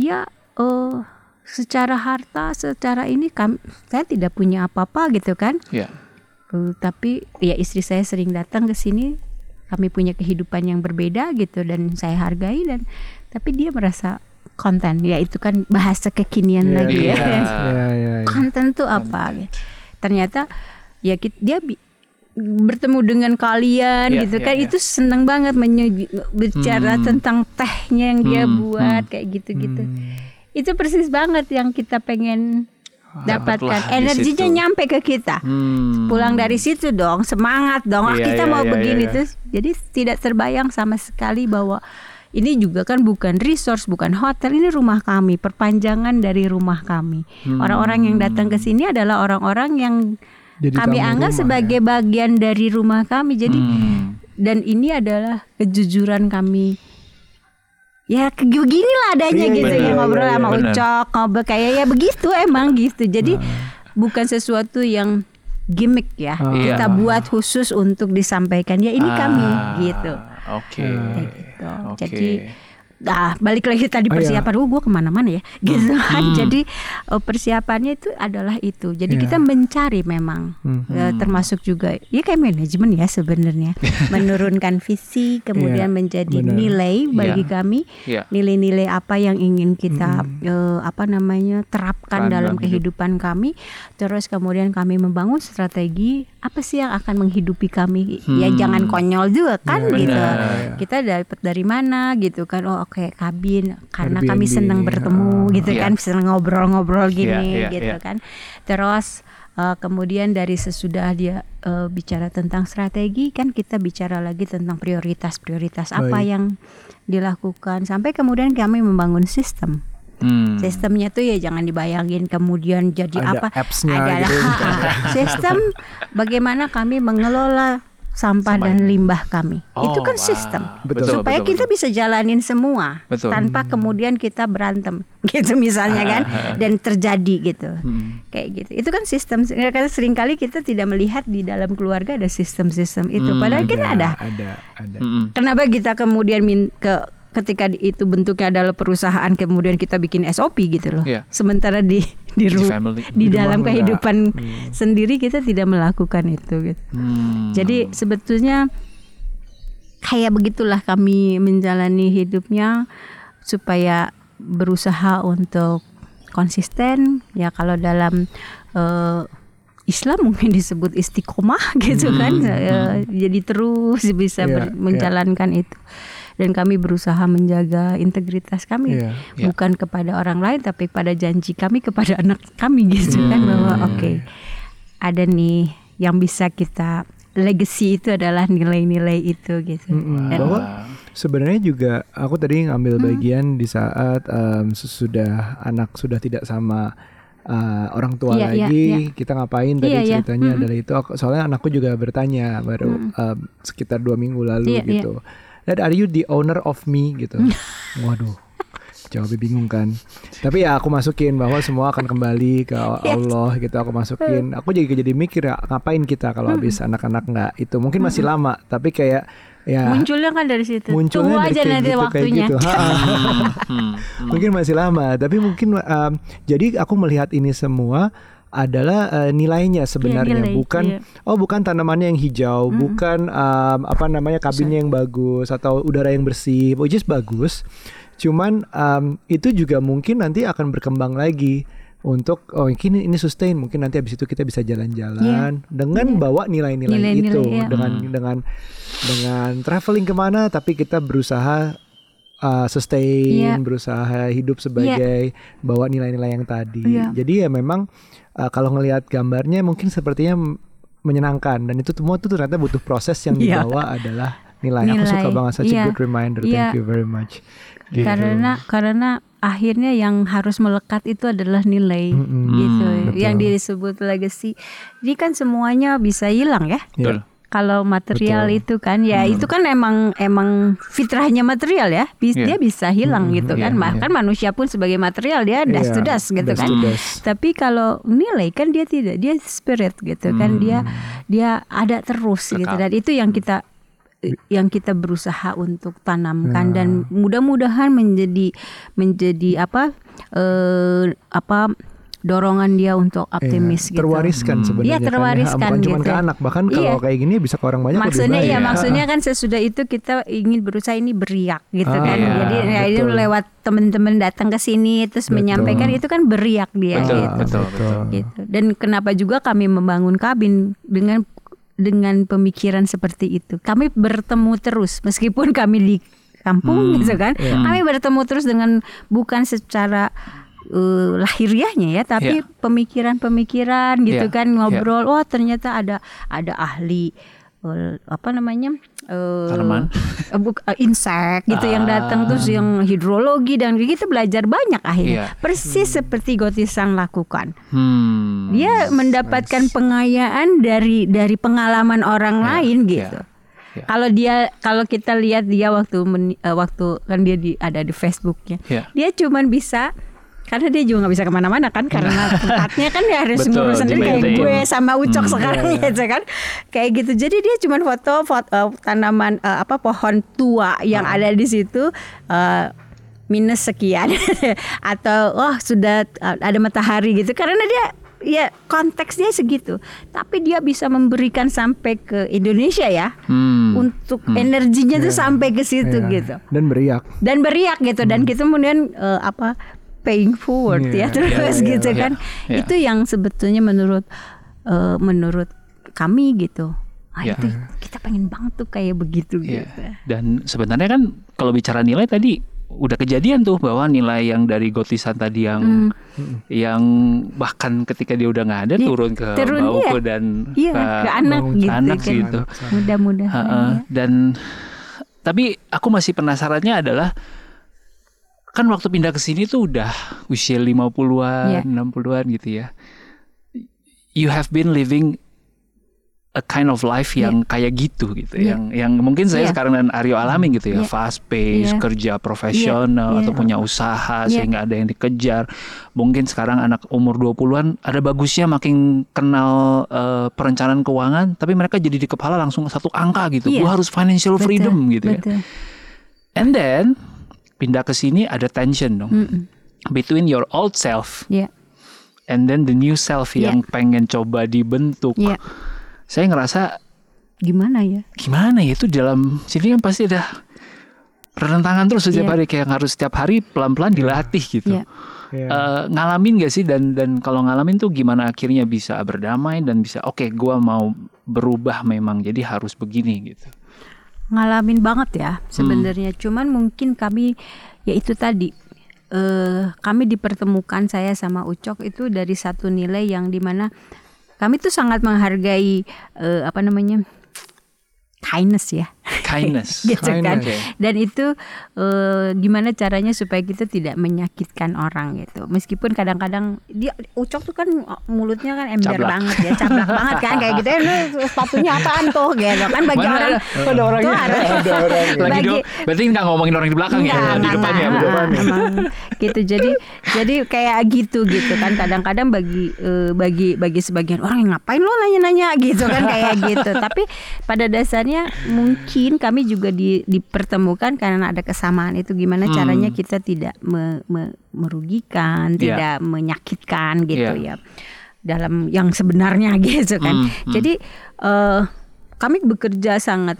secara harta, secara ini saya tidak punya apa-apa gitu kan. Tapi ya istri saya sering datang ke sini, kami punya kehidupan yang berbeda gitu, dan saya hargai, dan tapi dia merasa konten, ya itu kan bahasa kekinian lagi ya. Konten tuh apa? Ternyata ya dia bertemu dengan kalian gitu kan, itu senang banget bicara tentang tehnya yang dia buat kayak gitu-gitu. Itu persis banget yang kita pengen dapatkan energinya nyampe ke kita. Pulang dari situ dong semangat dong. Kita mau begini terus. Jadi tidak terbayang sama sekali bahwa ini juga kan bukan resort, bukan hotel, ini rumah kami, perpanjangan dari rumah kami. Orang-orang yang datang ke sini adalah orang-orang yang jadi kami anggap sebagai bagian dari rumah kami. Jadi dan ini adalah kejujuran kami. Ya beginilah adanya gitu ya, ngobrol sama Ucok, ngobrol kayak ya begitu emang gitu. Jadi bukan sesuatu yang gimmick ya. Kita buat khusus untuk disampaikan ya ini kami gitu. Oke. Gitu. Jadi balik lagi tadi persiapan, gue kemana-mana ya gitu kan. Jadi persiapannya itu adalah itu. Jadi kita mencari memang termasuk juga ya kayak manajemen ya sebenarnya. Menurunkan visi kemudian menjadi nilai bagi kami. Nilai-nilai apa yang ingin kita terapkan dalam kehidupan kami. Terus kemudian kami membangun strategi apa sih yang akan menghidupi kami. Ya jangan konyol juga kan gitu. Kita dapat dari mana gitu kan. Kayak kabin karena Airbnb, kami senang bertemu gitu kan, senang ngobrol-ngobrol gini gitu kan. Terus kemudian dari sesudah dia bicara tentang strategi kan kita bicara lagi tentang prioritas apa yang dilakukan sampai kemudian kami membangun sistem. Sistemnya tuh ya jangan dibayangin kemudian jadi ada ada gitu. Sistem bagaimana kami mengelola sampah dan limbah kami. Itu kan sistem. Supaya kita bisa jalanin semua tanpa kemudian kita berantem gitu misalnya kan dan terjadi gitu. Kayak gitu. Itu kan sistem. Karena seringkali kita tidak melihat di dalam keluarga ada sistem-sistem itu. Padahal kan ada. Kenapa kita kemudian ketika itu bentuknya adalah perusahaan kemudian kita bikin SOP gitu loh. Sementara di dalam kehidupan sendiri kita tidak melakukan itu gitu. Jadi sebetulnya kayak begitulah kami menjalani hidupnya supaya berusaha untuk konsisten ya kalau dalam Islam mungkin disebut istiqomah gitu kan. Jadi terus bisa menjalankan itu. Dan kami berusaha menjaga integritas kami bukan kepada orang lain tapi pada janji kami kepada anak kami gitu kan bahwa ada nih yang bisa kita legacy itu adalah nilai-nilai itu gitu. Bahwa sebenarnya juga aku tadi ngambil bagian di saat sesudah anak sudah tidak sama orang tua lagi kita ngapain tadi ceritanya adalah itu. Soalnya anakku juga bertanya baru sekitar 2 minggu lalu gitu. Dad, are you the owner of me gitu? Waduh, jawabnya bingung kan. Tapi ya aku masukin bahwa semua akan kembali ke Allah gitu. Aku masukin. Aku jadi mikir ya ngapain kita kalau habis anak-anak nggak itu. Mungkin masih lama, tapi kayak ya munculnya kan dari situ. Tunggu aja nanti gitu, waktunya. Gitu. Mungkin masih lama, tapi mungkin jadi aku melihat ini semua adalah nilainya sebenarnya bukan tanamannya yang hijau, bukan kabinnya yang bagus atau udara yang bersih, which is bagus. Cuman itu juga mungkin nanti akan berkembang lagi untuk ini sustain, mungkin nanti habis itu kita bisa jalan-jalan dengan bawa nilai-nilai itu dengan traveling kemana tapi kita berusaha sustain, berusaha hidup sebagai bawa nilai-nilai yang tadi. Jadi ya memang kalau ngelihat gambarnya mungkin sepertinya menyenangkan dan itu semua tuh ternyata butuh proses yang dibawa adalah nilai. Aku suka banget, such a good reminder. Thank you very much. Gitu. Karena akhirnya yang harus melekat itu adalah nilai gitu. Betul. Yang disebut legacy. Jadi kan semuanya bisa hilang ya. Kalau material itu kan itu kan emang fitrahnya material ya. Dia bisa hilang gitu kan. Bahkan manusia pun sebagai material dia dust to dust gitu kan. Tapi kalau nilai kan dia tidak, dia spirit gitu kan. Dia ada terus gitu. Dan itu yang kita berusaha untuk tanamkan dan mudah-mudahan menjadi dorongan dia untuk optimis gitu. Terwariskan sebenarnya. Iya, terwariskan bukan gitu. Bukan cuma ke anak, bahkan kalau kayak gini bisa ke orang banyak. Maksudnya kan sesudah itu kita ingin berusaha ini beriak gitu kan. Jadi ini lewat teman-teman datang ke sini terus menyampaikan itu kan beriak dia Betul. Gitu. Dan kenapa juga kami membangun kabin dengan pemikiran seperti itu. Kami bertemu terus meskipun kami di kampung gitu kan. Kami bertemu terus dengan bukan secara lahiriahnya ya, tapi pemikiran-pemikiran gitu kan, ngobrol. Wah, ternyata ada ahli tanaman, insek gitu yang datang, terus yang hidrologi, dan kita belajar banyak akhirnya. Persis seperti Gotisan lakukan. Dia mendapatkan pengayaan dari pengalaman orang lain gitu. Kalau kita lihat dia waktu kan dia ada di Facebooknya, dia cuman bisa, karena dia juga nggak bisa kemana-mana kan, karena tempatnya kan dia harus ngurus sendiri kayak gue sama Ucok sekarang gitu kan, kayak gitu. Jadi dia cuma foto tanaman pohon tua yang ada di situ minus sekian atau sudah ada matahari gitu, karena dia konteksnya segitu. Tapi dia bisa memberikan sampai ke Indonesia ya, untuk energinya tuh sampai ke situ gitu. Dan beriak gitu. Dan kita kemudian paying forward terus gitu kan. Itu yang sebetulnya menurut kami gitu. Itu kita pengen banget tuh kayak begitu gitu. Dan sebenarnya kan kalau bicara nilai tadi udah kejadian tuh, bahwa nilai yang dari Gotisan tadi yang bahkan ketika dia udah nggak ada turun ke Bauko dan ke anak gitu. Mudah-mudahan. Dan tapi aku masih penasarannya adalah, kan waktu pindah ke sini tuh udah usia 50-an, 60-an gitu ya. You have been living a kind of life yang kayak gitu yang mungkin saya sekarang dan Aryo alamin gitu ya, fast pace, kerja profesional atau punya usaha sehingga ada yang dikejar. Mungkin sekarang anak umur 20-an ada bagusnya makin kenal perencanaan keuangan, tapi mereka jadi di kepala langsung satu angka gitu. Gua harus financial freedom gitu ya. And then pindah ke sini ada tension dong between your old self and then the new self yang pengen coba dibentuk. Saya ngerasa gimana ya itu dalam sini kan pasti ada pertentangan terus setiap hari, kayak harus setiap hari pelan-pelan dilatih gitu. Ngalamin gak sih, dan kalau ngalamin tuh gimana akhirnya bisa berdamai dan bisa gue mau berubah memang jadi harus begini gitu. Ngalamin banget ya sebenarnya. Cuman mungkin kami itu tadi kami dipertemukan, saya sama Ucok itu dari satu nilai yang dimana kami tuh sangat menghargai kindness ya. Gitu kan. Dan itu gimana caranya supaya kita tidak menyakitkan orang gitu. Meskipun kadang-kadang dia Ucok tuh kan mulutnya kan ember banget ya, cablak banget kan kayak gitu. Sepatunya apaan tuh gitu kan, bagi orang ada orangnya. Berarti nggak ngomongin orang di belakang ya, di depannya. Gitu. Jadi kayak gitu kan, kadang-kadang bagi sebagian orang yang ngapain lo nanya-nanya gitu kan kayak gitu. Tapi pada dasarnya mungkin kami juga dipertemukan karena ada kesamaan itu, gimana caranya kita tidak merugikan, tidak menyakitkan gitu ya dalam yang sebenarnya gitu kan. Jadi kami bekerja sangat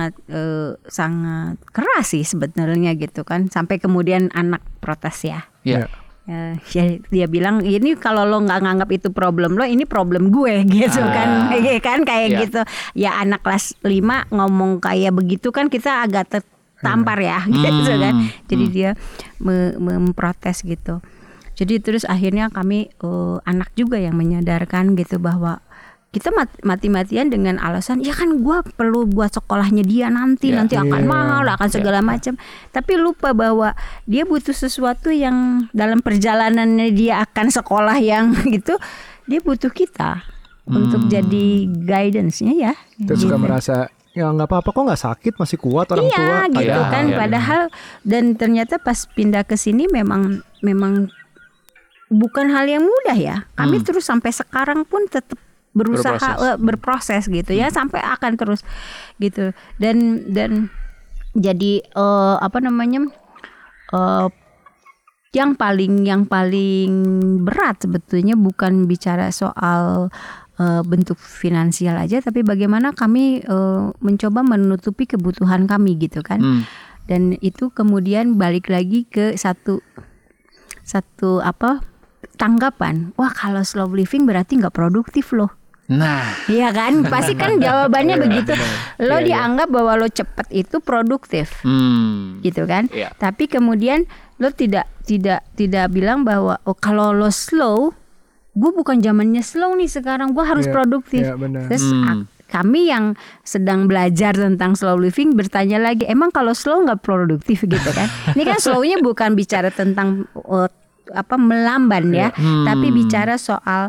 keras sih sebetulnya gitu kan, sampai kemudian anak protes ya. Dia bilang ini kalau lo nggak nganggap itu problem lo, ini problem gue gitu kan kayak gitu ya. Anak kelas 5 ngomong kayak begitu kan kita agak tertampar ya gitu kan. Jadi dia memprotes gitu. Jadi terus akhirnya kami anak juga yang menyadarkan gitu bahwa kita mati-matian dengan alasan ya kan gue perlu buat sekolahnya dia nanti akan mahal, akan segala macam. Tapi lupa bahwa dia butuh sesuatu yang dalam perjalanannya dia akan sekolah yang gitu, dia butuh kita untuk jadi guidance-nya ya. Terus suka merasa ya nggak apa-apa kok, nggak sakit, masih kuat orang tua gitu kan. Padahal dan ternyata pas pindah ke sini memang bukan hal yang mudah ya. Kami terus sampai sekarang pun tetap berusaha berproses gitu ya, sampai akan terus gitu. Dan jadi yang paling berat sebetulnya bukan bicara soal bentuk finansial aja, tapi bagaimana kami mencoba menutupi kebutuhan kami gitu kan. Dan itu kemudian balik lagi ke satu tanggapan, wah kalau slow living berarti nggak produktif loh. Nah, iya kan, pasti kan jawabannya begitu. Lo dianggap bahwa lo cepat itu produktif, gitu kan. Tapi kemudian lo tidak tidak bilang bahwa kalau lo slow, gue bukan zamannya slow nih sekarang, gue harus produktif. Terus kami yang sedang belajar tentang slow living bertanya lagi, emang kalau slow nggak produktif gitu kan? Ini kan slownya bukan bicara tentang melamban ya, tapi bicara soal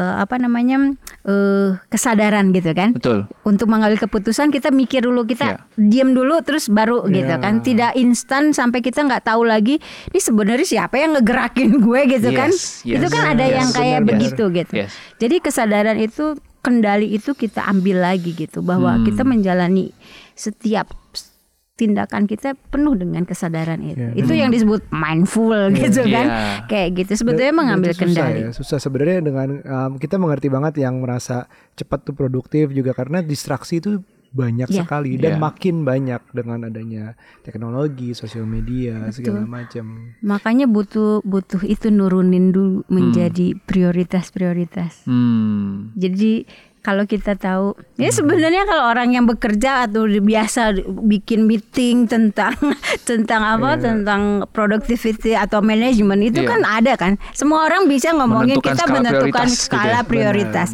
kesadaran gitu kan. Betul. Untuk mengambil keputusan kita mikir dulu, kita diam dulu terus baru gitu kan. Tidak instan sampai kita nggak tahu lagi ini sebenarnya siapa yang ngegerakin gue gitu kan. Itu kan ada yang kayak begitu gitu. Jadi kesadaran itu, kendali itu kita ambil lagi gitu, bahwa kita menjalani setiap tindakan kita penuh dengan kesadaran itu. Itu yang disebut mindful gitu kan. Kayak gitu sebetulnya mengambil kendali. Susah sebenarnya dengan kita mengerti banget yang merasa cepat tuh produktif juga karena distraksi itu banyak sekali dan makin banyak dengan adanya teknologi, sosial media, segala macam. Makanya butuh itu nurunin dulu menjadi prioritas. Jadi kalau kita tahu, ya sebenarnya kalau orang yang bekerja atau biasa bikin meeting tentang tentang productivity atau manajemen itu kan ada kan. Semua orang bisa ngomongin kita menentukan skala prioritas.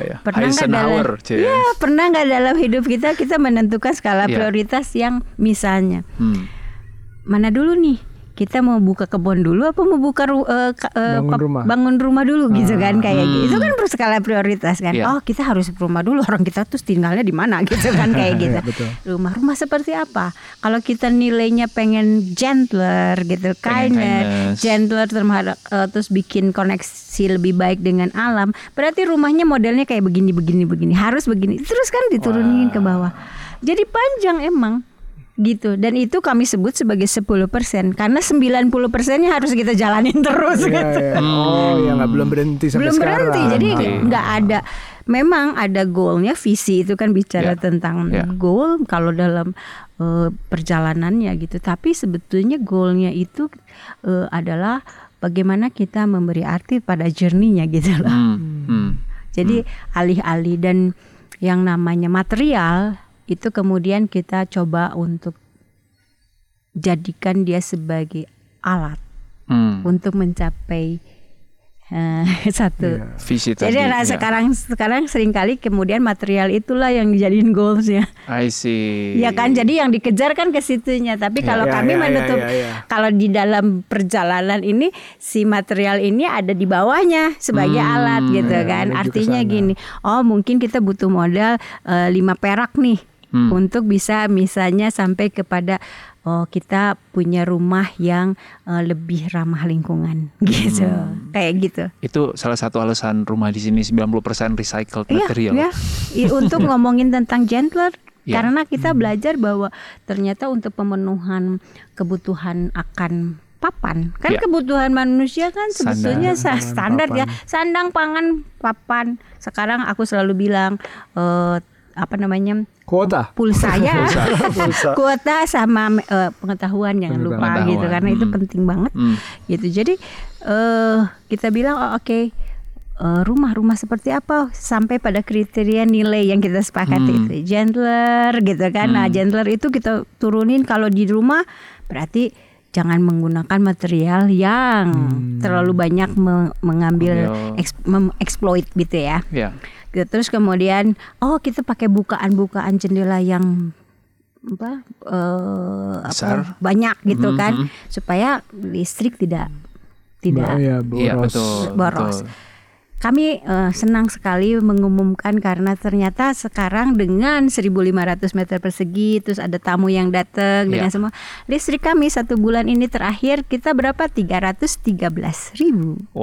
Pernah nggak dalam hidup kita menentukan skala prioritas yang misalnya mana dulu nih? Kita mau buka kebun dulu apa mau buka bangun rumah dulu gitu kan, kayak gitu. Itu kan berskala prioritas kan. Oh, kita harus rumah dulu, orang kita tuh tinggalnya di mana gitu kan kayak gitu. Rumah seperti apa? Kalau kita nilainya pengen gentler gitu, kindness, gentler terhadap terus bikin koneksi lebih baik dengan alam, berarti rumahnya modelnya kayak begini, harus begini. Terus kan diturunin ke bawah. Jadi panjang emang. Gitu, dan itu kami sebut sebagai 10%, karena 90%-nya harus kita jalanin terus gitu. Belum berhenti sampai sekarang. Jadi nggak ada, memang ada goalnya, visi itu kan bicara tentang goal kalau dalam perjalanannya gitu. Tapi sebetulnya goalnya itu adalah bagaimana kita memberi arti pada journey-nya gitu loh. Jadi alih-alih dan yang namanya material itu kemudian kita coba untuk jadikan dia sebagai alat untuk mencapai satu visi tadi. Jadi sekarang seringkali kemudian material itulah yang dijadiin goalsnya. I see. Ya kan, jadi yang dikejar kan ke situnya. Tapi kalau kami kalau di dalam perjalanan ini si material ini ada di bawahnya sebagai alat gitu kan. Artinya gini, mungkin kita butuh modal 5 perak nih. Untuk bisa misalnya sampai kepada kita punya rumah yang lebih ramah lingkungan gitu. Kayak gitu. Itu salah satu alasan rumah di sini 90% recycled material. Untuk ngomongin tentang gentler, karena kita belajar bahwa ternyata untuk pemenuhan kebutuhan akan papan, kan kebutuhan manusia kan sebetulnya standar ya, sandang, pangan, papan. Sekarang aku selalu bilang kuota, pulsa kuota sama pengetahuan, jangan lupa gitu, karena itu penting banget gitu. Jadi kita bilang rumah seperti apa sampai pada kriteria nilai yang kita sepakati itu gentler gitu kan. Nah, gentler itu kita turunin, kalau di rumah berarti jangan menggunakan material yang terlalu banyak mengambil mengeksploit gitu ya. Terus kemudian kita pakai bukaan jendela yang banyak gitu kan, supaya listrik tidak boros. Kami senang sekali mengumumkan karena ternyata sekarang dengan 1.500 meter persegi, terus ada tamu yang datang dengan semua, listrik kami 1 bulan ini terakhir kita berapa? 313.000. Wow.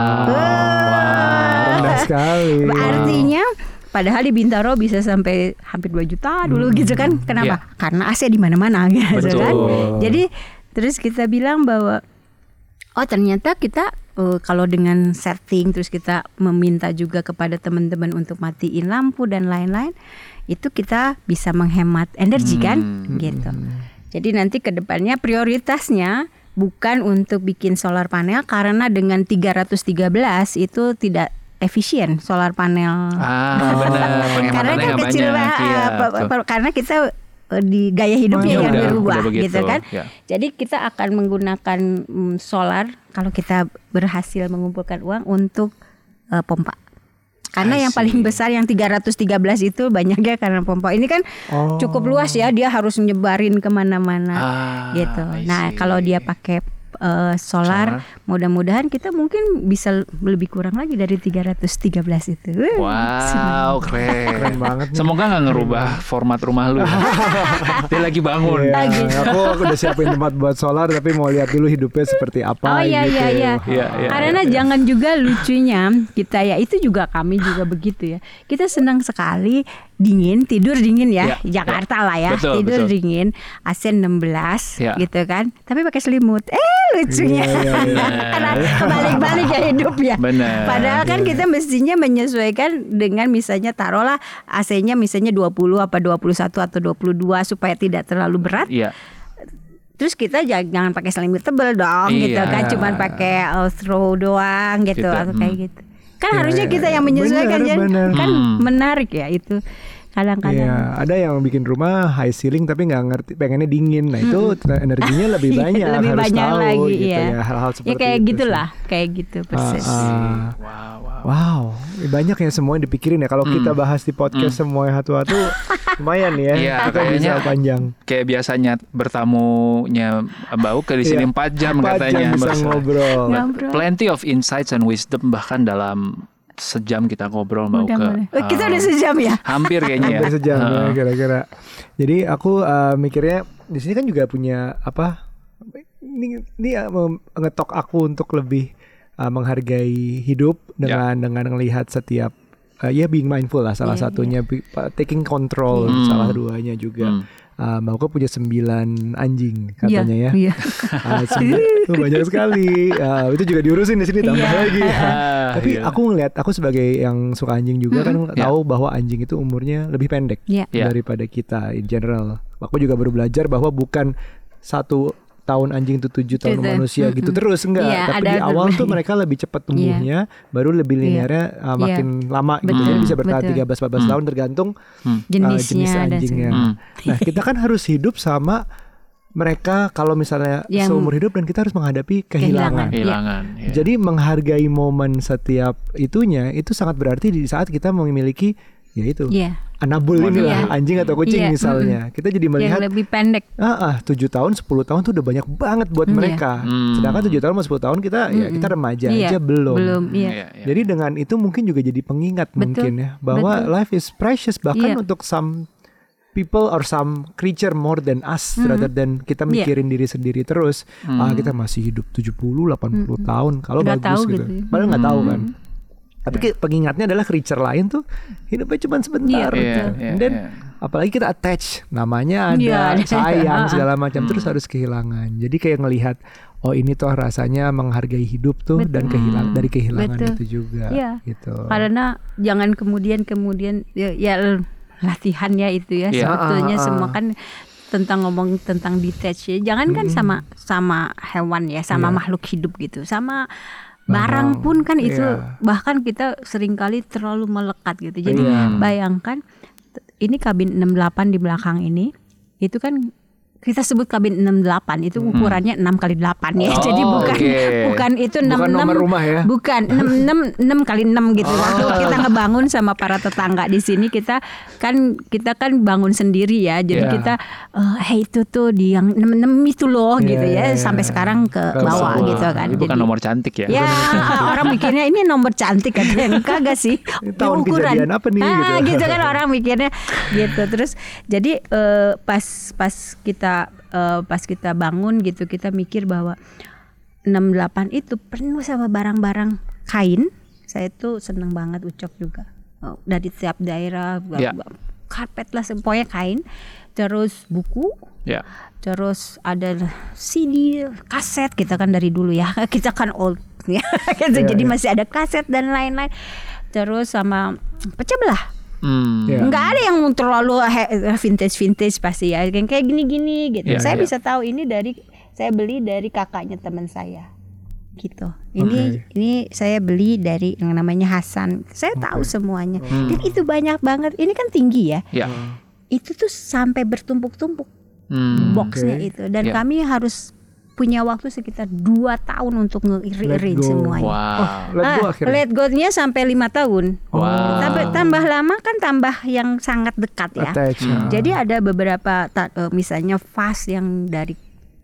Rendah sekali. Artinya padahal di Bintaro bisa sampai hampir 2 juta dulu gitu kan. Kenapa? Karena AC di mana-mana gitu kan. Jadi terus kita bilang bahwa ternyata kita kalau dengan setting, terus kita meminta juga kepada teman-teman untuk matiin lampu dan lain-lain, itu kita bisa menghemat energi kan gitu. Jadi nanti ke depannya prioritasnya bukan untuk bikin solar panel, karena dengan 313 itu tidak efisien solar panel. Benar. Karena kan kecil, karena kita di gaya hidupnya yang berubah gitu kan. Ya. Jadi kita akan menggunakan solar kalau kita berhasil mengumpulkan uang untuk pompa. Karena yang paling besar yang 313 itu banyaknya karena pompa. Ini kan cukup luas ya, dia harus nyebarin kemana-mana gitu. Nah kalau dia pakai solar, mudah-mudahan kita mungkin bisa lebih kurang lagi dari 313 itu. Wow, keren banget. Semoga nggak ngerubah format rumah lu. Dia lagi bangun. Aku udah siapin tempat buat solar, tapi mau lihat dulu hidupnya seperti apa. Iya. Karena jangan juga lucunya kita ya, itu juga kami juga begitu ya. Kita senang sekali tidur dingin ya, Jakarta lah ya, tidur dingin, AC 16 gitu kan, tapi pakai selimut. Lucunya, karena kebalik-balik ya hidup ya. Bener. Padahal kan kita mestinya menyesuaikan dengan misalnya taruhlah AC-nya misalnya 20 apa 21 atau 22 supaya tidak terlalu berat. Terus kita jangan pakai selimut tebal dong gitu kan, cuman pakai throw doang gitu atau kayak gitu. Kan harusnya kita yang menyesuaikan kan menarik ya itu. Kadang-kadang ada yang bikin rumah high ceiling tapi nggak ngerti pengennya dingin. Nah itu energinya lebih banyak, lebih harus banyak tahu lagi, gitu ya hal-hal seperti ya kayak itu gitulah, kayak gitu persis. Wow, banyak ya semua yang dipikirin ya. Kalau kita bahas di podcast semua yang satu-satu lumayan ya. Iya, kayaknya panjang. Kayak biasanya bertamunya Mbak Uke di sini 4 jam katanya. 4 jam bisa ngobrol. Plenty of insights and wisdom bahkan dalam sejam kita ngobrol Mbak Uke. Kita udah sejam ya? Hampir kayaknya. Hampir sejam ya kira-kira. Jadi aku mikirnya di sini kan juga punya apa? Ini ngetok aku untuk lebih menghargai hidup dengan melihat setiap being mindful lah salah satunya, taking control salah duanya juga. Mbak Uke punya 9 anjing katanya ya. Banyak sekali. Itu juga diurusin di sini tambah lagi. Tapi aku ngelihat, aku sebagai yang suka anjing juga kan tahu bahwa anjing itu umurnya lebih pendek daripada kita in general. Aku juga baru belajar bahwa bukan 1 tahun anjing itu 7 tahun manusia gitu terus enggak, tapi di awal tuh mereka lebih cepat tumbuhnya, baru lebih linearnya makin lama gitu. Jadi bisa bertahan 13-14 tahun tergantung jenis anjingnya. Nah kita kan harus hidup sama mereka kalau misalnya seumur hidup, dan kita harus menghadapi kehilangan. Jadi menghargai momen setiap itunya itu sangat berarti di saat kita memiliki yaitu anabul inilah anjing atau kucing misalnya. Kita jadi melihat yang lebih pendek. 7 tahun, 10 tahun tuh udah banyak banget buat mereka. Sedangkan 7 tahun sama 10 tahun kita kita remaja aja belum. Jadi dengan itu mungkin juga jadi pengingat mungkin ya bahwa life is precious, bahkan untuk some people or some creature more than us, rather than kita mikirin diri sendiri terus. Kita masih hidup 70-80 tahun kalau bagus gitu. Padahal nggak tahu kan. Tapi pengingatnya adalah creature lain tuh hidupnya cuma sebentar. Dan apalagi kita attach, namanya ada, sayang segala macam, terus harus kehilangan. Jadi kayak ngelihat, oh ini tuh rasanya menghargai hidup tuh, dan dari kehilangan itu juga. Gitu. Karena jangan kemudian ya latihannya itu ya. Sebetulnya semua kan ngomong tentang detach ya. Jangan kan sama hewan ya, sama makhluk hidup gitu, sama barang pun kan itu bahkan kita seringkali terlalu melekat gitu. Jadi bayangkan ini kabin 68 di belakang ini, itu kan kita sebut kabin 68 itu ukurannya 6x8 ya. Jadi bukan itu 66, bukan nomor rumah ya. Bukan 6x6 gitu. Waktu kita ngebangun sama para tetangga di sini, kita kan bangun sendiri ya. Jadi kita itu tuh di yang 66 itu loh gitu ya. Sampai sekarang ke bawah gitu kan. Ini bukan nomor cantik ya. Ya, orang mikirnya ini nomor cantik kan. Kagak sih. Tahun kejadian apa nih gitu kan orang mikirnya gitu. Terus jadi pas kita bangun gitu, kita mikir bahwa 68 itu penuh sama barang-barang kain. Saya tuh seneng banget Ucok juga. Dari tiap daerah, karpet lah, pokoknya kain. Terus buku, terus ada CD, kaset, kita kan dari dulu ya. Kita kan old ya. Jadi masih ada kaset dan lain-lain. Terus sama pecah belah. Nggak ada yang terlalu vintage pasti ya, yang kayak gini-gini gitu. Saya bisa tahu ini saya beli dari kakaknya teman saya gitu. Ini saya beli dari yang namanya Hasan. Saya tahu semuanya. Dan itu banyak banget. Ini kan tinggi ya. itu tuh sampai bertumpuk-tumpuk boxnya itu, dan kami harus punya waktu sekitar 2 tahun untuk nge-rearrange semuanya. Let go-nya sampai 5 tahun. Tambah lama kan tambah yang sangat dekat ya. Jadi ada beberapa misalnya fase yang dari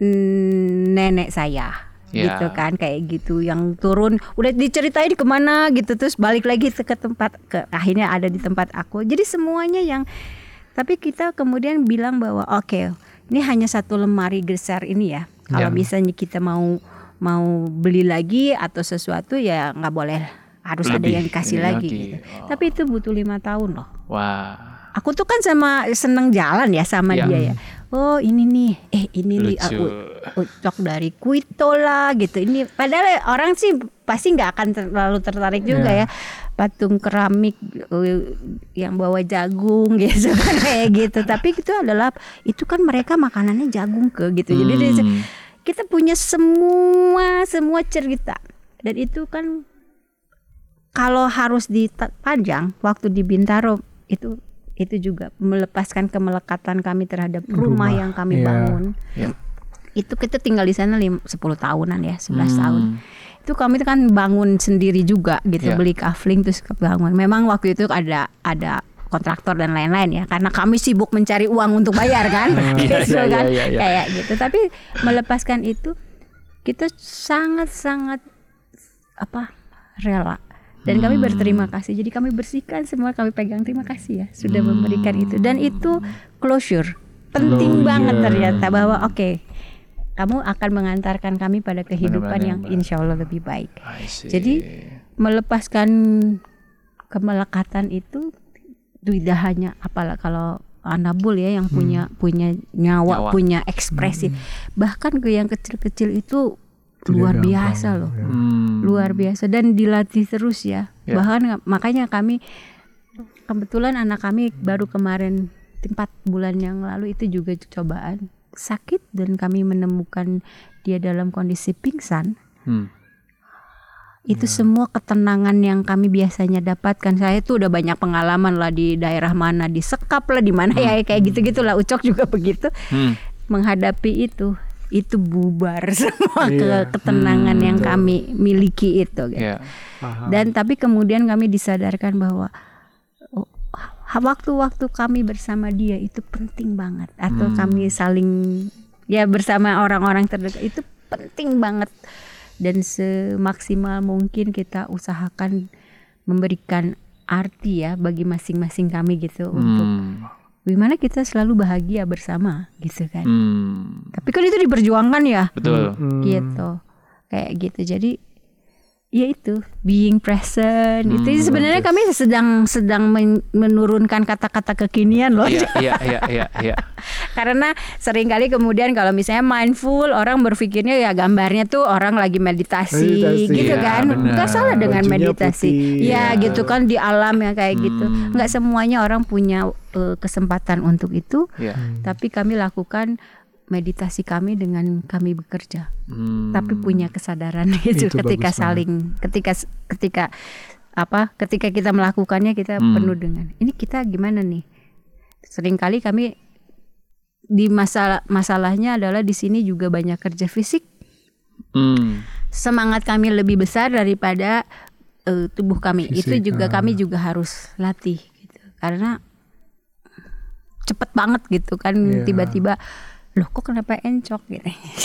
nenek saya gitu kan, kayak gitu, yang turun udah diceritain kemana gitu, terus balik lagi ke tempat, akhirnya ada di tempat aku. Jadi semuanya yang, tapi kita kemudian bilang bahwa oke, ini hanya satu lemari besar ini ya. Kalau misalnya kita mau beli lagi atau sesuatu, ya nggak boleh harus ada yang dikasih lagi gitu. Tapi itu butuh 5 tahun loh. Aku tuh kan seneng jalan ya sama dia ya. Oh ini nih, ini nih ucok dari Kuito lah gitu. Ini padahal orang sih pasti nggak akan terlalu tertarik juga ya. Patung keramik yang bawa jagung gitu kan kayak gitu. Tapi itu kan mereka makanannya jagung gitu. Jadi kita punya semua cerita, dan itu kan kalau harus dipajang waktu di Bintaro itu juga melepaskan kemelekatan kami terhadap rumah yang kami bangun. Itu kita tinggal di sana 10 tahunan ya, 11 tahun. Itu kami kan bangun sendiri juga gitu, beli kafling terus bangun. Memang waktu itu ada kontraktor dan lain-lain ya, karena kami sibuk mencari uang untuk bayar kan, kayak gitu. Tapi melepaskan itu kita sangat rela, dan kami berterima kasih. Jadi kami bersihkan semua, kami pegang, terima kasih ya sudah memberikan itu, dan itu closure penting banget ternyata, bahwa kamu akan mengantarkan kami pada kehidupan yang insya Allah lebih baik. Jadi melepaskan kemelekatan itu tidak hanya kalau Anabul ya yang punya nyawa, punya ekspresi. Bahkan ke yang kecil-kecil itu luar biasa loh. Luar biasa, dan dilatih terus ya. Bahkan makanya kami kebetulan anak kami baru kemarin 4 bulan yang lalu itu juga cobaan sakit, dan kami menemukan dia dalam kondisi pingsan. Itu semua ketenangan yang kami biasanya dapatkan. Saya tuh udah banyak pengalaman lah di daerah mana, disekap lah di mana ya kayak gitu-gitulah. Ucok juga begitu. Menghadapi itu bubar semua ketenangan yang kami miliki itu gitu. Dan tapi kemudian kami disadarkan bahwa waktu-waktu kami bersama dia itu penting banget, atau kami saling ya bersama orang-orang terdekat itu penting banget. Dan semaksimal mungkin kita usahakan memberikan arti ya bagi masing-masing kami gitu, untuk gimana kita selalu bahagia bersama gitu kan. Tapi kan itu diperjuangkan ya. Betul. Gitu. Kayak gitu. Jadi ya itu being present. Itu sebenarnya kami sedang menurunkan kata-kata kekinian loh. Iya. Karena seringkali kemudian kalau misalnya mindful, orang berpikirnya ya gambarnya tuh orang lagi meditasi gitu kan. Nggak salah dengan meditasi. Ya gitu kan, di alam ya kayak gitu. Nggak semuanya orang punya kesempatan untuk itu. Tapi kami lakukan meditasi kami dengan kami bekerja, tapi punya kesadaran itu ketika saling, ketika kita melakukannya kita penuh dengan ini, kita gimana nih. Seringkali kami di masalahnya adalah di sini juga banyak kerja fisik. Semangat kami lebih besar daripada tubuh kami. Fisik, itu juga kami juga harus latih gitu, karena cepet banget gitu kan, tiba-tiba loh kok kenapa encok gitu.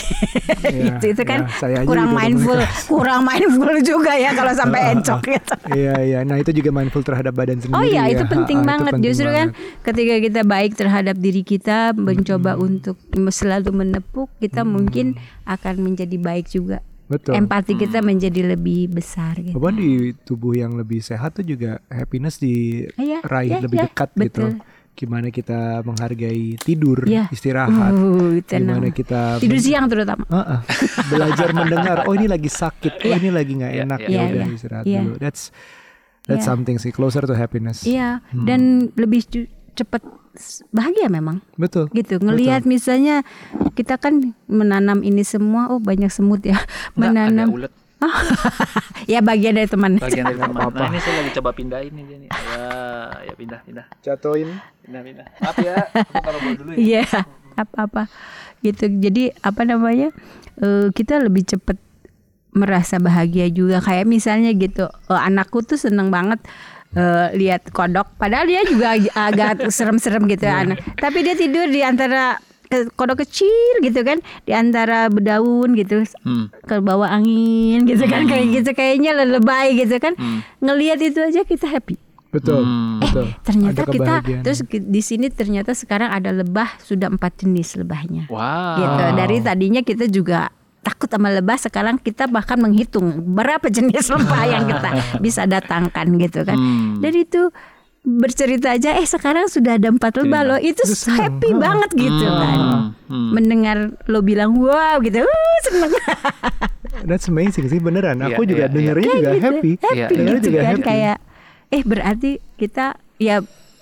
Itu kan kurang mindful juga ya kalau sampai encok gitu. Iya. Nah itu juga mindful terhadap badan sendiri. Oh iya, itu penting banget. Justru kan ketika kita baik terhadap diri kita, mencoba untuk selalu menepuk, kita mungkin akan menjadi baik juga. Betul. Empati kita menjadi lebih besar gitu. Bahkan di tubuh yang lebih sehat tuh juga happiness diraih lebih dekat gitu. Gimana kita menghargai tidur, istirahat, gimana kita tidur siang terutama. Belajar mendengar, oh ini lagi sakit, oh ini lagi nggak enak, ya udah istirahat dulu. That's something sih, closer to happiness. Iya, dan lebih cepat bahagia memang. Betul. Gitu, ngelihat misalnya kita kan menanam ini semua, oh banyak semut ya, menanam. Ada ulet. Ya bagian dari teman. Bagian dari teman. Nah ini saya lagi coba pindahin nih. Ya pindah. Jatuhin. Pindah. Maaf ya, aku taruh dulu ya. Iya, apa-apa gitu. Jadi kita lebih cepat merasa bahagia juga. Kayak misalnya gitu, anakku tuh seneng banget lihat kodok. Padahal dia juga agak serem-serem gitu anak. Tapi dia tidur di antara kodok kecil gitu kan, di antara bedaun gitu, ke bawah angin gitu kan, kayak gitu, kayaknya lebay gitu kan. Ngelihat itu aja kita happy. Betul. Ternyata kita terus di sini ternyata sekarang ada lebah, sudah 4 jenis lebahnya. Wow. Gitu. Dari tadinya kita juga takut sama lebah, sekarang kita bahkan menghitung berapa jenis lebah yang kita bisa datangkan gitu kan. Dari itu bercerita aja, sekarang sudah ada 4 lebah loh, itu happy banget gitu kan. Mendengar lo bilang wow gitu, seneng. That's amazing sih, beneran. Aku juga dengernya juga gitu. happy gitu juga kan, happy. kayak berarti kita ya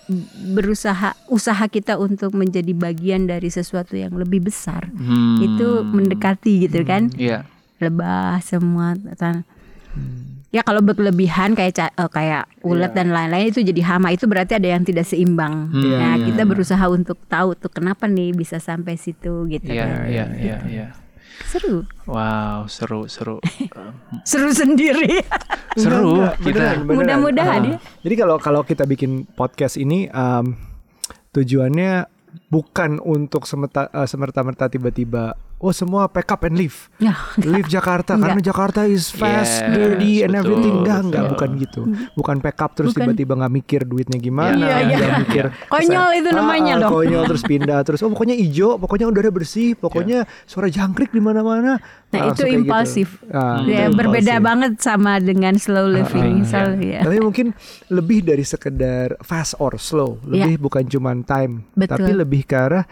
usaha kita untuk menjadi bagian dari sesuatu yang lebih besar itu mendekati gitu kan. Lebah semua ya kalau berlebihan kayak ulat dan lain-lain itu jadi hama, itu berarti ada yang tidak seimbang. Nah kita berusaha untuk tahu tuh kenapa nih bisa sampai situ gitu kan. Seru. Wow, seru. Seru sendiri. Seru. Beneran. Mudah-mudahan ya. Jadi kalau kita bikin podcast ini tujuannya bukan untuk semerta-merta tiba-tiba semua pack up and leave. Leave Jakarta karena Jakarta is fast, dirty and everything. Enggak, bukan gitu. Bukan pack up terus tiba-tiba nggak mikir duitnya gimana, nggak mikir konyol itu namanya dong. Konyol terus pindah terus pokoknya hijau, pokoknya udara bersih, pokoknya suara jangkrik di mana-mana. Nah itu impulsif. Berbeda banget sama dengan slow living. Tapi mungkin lebih dari sekedar fast or slow, lebih bukan cuma time, tapi lebih ke arah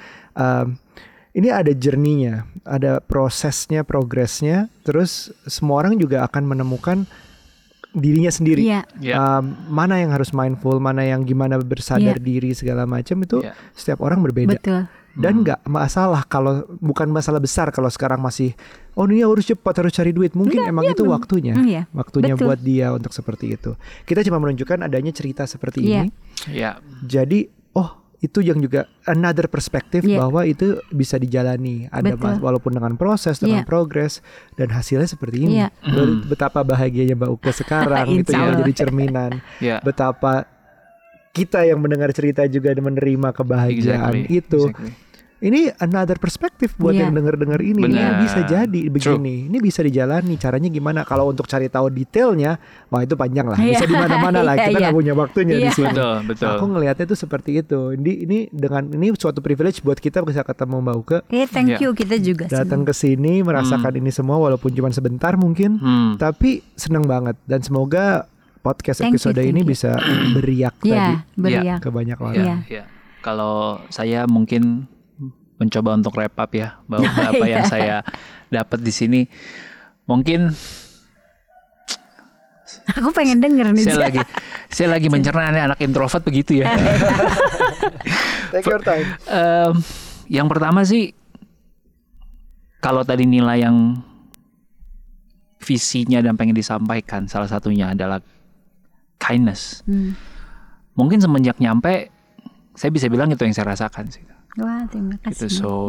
ini ada journey-nya, ada prosesnya, progresnya. Terus semua orang juga akan menemukan dirinya sendiri. Mana yang harus mindful, mana yang gimana bersadar diri segala macam itu setiap orang berbeda. Betul. Dan nggak masalah kalau bukan masalah besar kalau sekarang masih ini harus cepat, harus cari duit. Mungkin emang itu waktunya, waktunya buat dia untuk seperti itu. Kita cuma menunjukkan adanya cerita seperti ini. Jadi itu yang juga another perspektif bahwa itu bisa dijalani. Ada walaupun dengan proses, dengan progres dan hasilnya seperti ini. Betapa bahagianya Mbak Uke sekarang itu yang jadi cerminan. Betapa kita yang mendengar cerita juga menerima kebahagiaan itu. Ini another perspektif buat yang dengar-dengar ini. Ini bisa jadi begini. Ini bisa dijalani. Caranya gimana? Kalau untuk cari tahu detailnya, wah itu panjang lah. Bisa di mana-mana lah. Kita nggak punya waktunya di sini. Betul. Aku ngelihatnya itu seperti itu. Ini suatu privilege buat kita bisa ketemu Mbak Uke. Thank you. Kita juga datang ke sini merasakan ini semua walaupun cuma sebentar mungkin. Tapi senang banget dan semoga podcast episode ini bisa beriak ke banyak orang. Kalau saya mungkin mencoba untuk wrap up ya bahwa apa yang saya dapat di sini, mungkin aku pengen denger nih. Saya lagi mencerna nih, anak introvert begitu ya. Take your time. Yang pertama sih, kalau tadi nilai yang visinya dan pengen disampaikan salah satunya adalah kindness. Mungkin semenjak nyampe saya bisa bilang itu yang saya rasakan sih. Wah, terima kasih.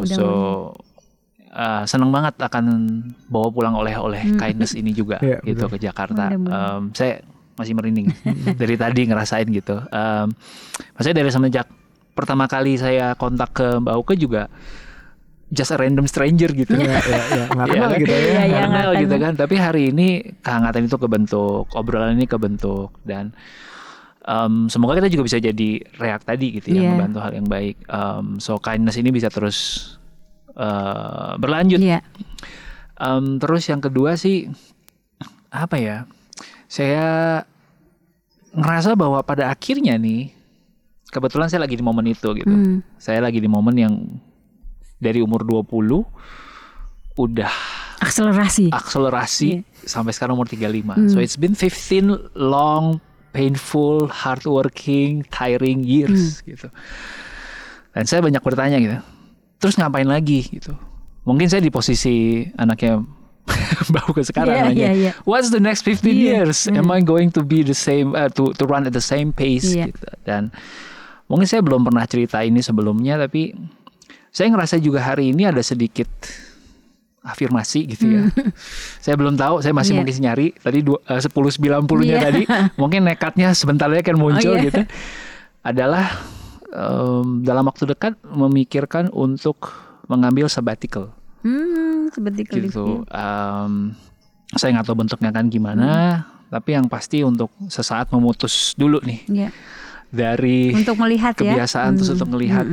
Seneng banget akan bawa pulang oleh-oleh kindness ini juga gitu ke Jakarta. Saya masih merinding dari tadi ngerasain gitu. Maksudnya dari semenjak pertama kali saya kontak ke Mbak Uke juga just a random stranger gitu. Nggak kenal gitu ya. Nggak kenal gitu kan. Tapi hari ini kehangatan itu kebentuk, obrolan ini kebentuk dan semoga kita juga bisa jadi reak tadi gitu ya, membantu hal yang baik. So kindness ini bisa terus berlanjut. Terus yang kedua sih apa ya? Saya ngerasa bahwa pada akhirnya nih, kebetulan saya lagi di momen itu gitu. Saya lagi di momen yang dari umur 20 udah akselerasi sampai sekarang umur 35. So it's been 15 long, painful, hardworking, tiring years gitu. Dan saya banyak bertanya gitu. Terus ngapain lagi gitu? Mungkin saya di posisi anaknya Bauke sekarang aja. What's the next 15 years? Am I going to be the same to run at the same pace gitu. Dan mungkin saya belum pernah cerita ini sebelumnya, tapi saya ngerasa juga hari ini ada sedikit afirmasi gitu ya. Saya belum tahu, saya masih mungkin nyari tadi 10-90-nya tadi. Mungkin nekatnya sebentar lagi akan muncul gitu. Adalah dalam waktu dekat memikirkan untuk mengambil sabbatical. Sabbatical gitu. Saya nggak tahu bentuknya kan gimana, tapi yang pasti untuk sesaat memutus dulu nih dari untuk melihat kebiasaan terus untuk melihat